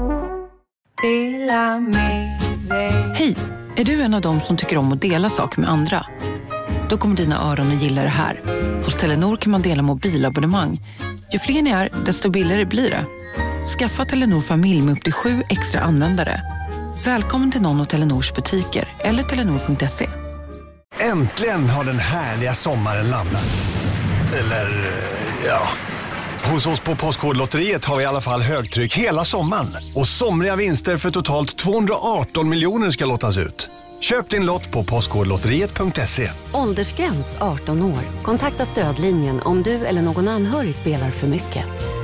Hej, är du en av dem som tycker om att dela saker med andra? Då kommer dina öron att gilla det här. Hos Telenor kan man dela mobilabonnemang. Ju fler ni är, desto billigare blir det. Skaffa Telenor familj med upp till 7 extra användare. Välkommen till någon av Telenors butiker eller telenor.se. Äntligen har den härliga sommaren landat. Eller, ja. Hos oss på Postkodlotteriet har vi i alla fall högtryck hela sommaren. Och somriga vinster för totalt 218 miljoner ska lottas ut. Köp din lott på postkodlotteriet.se. Åldersgräns 18 år. Kontakta stödlinjen om du eller någon anhörig spelar för mycket.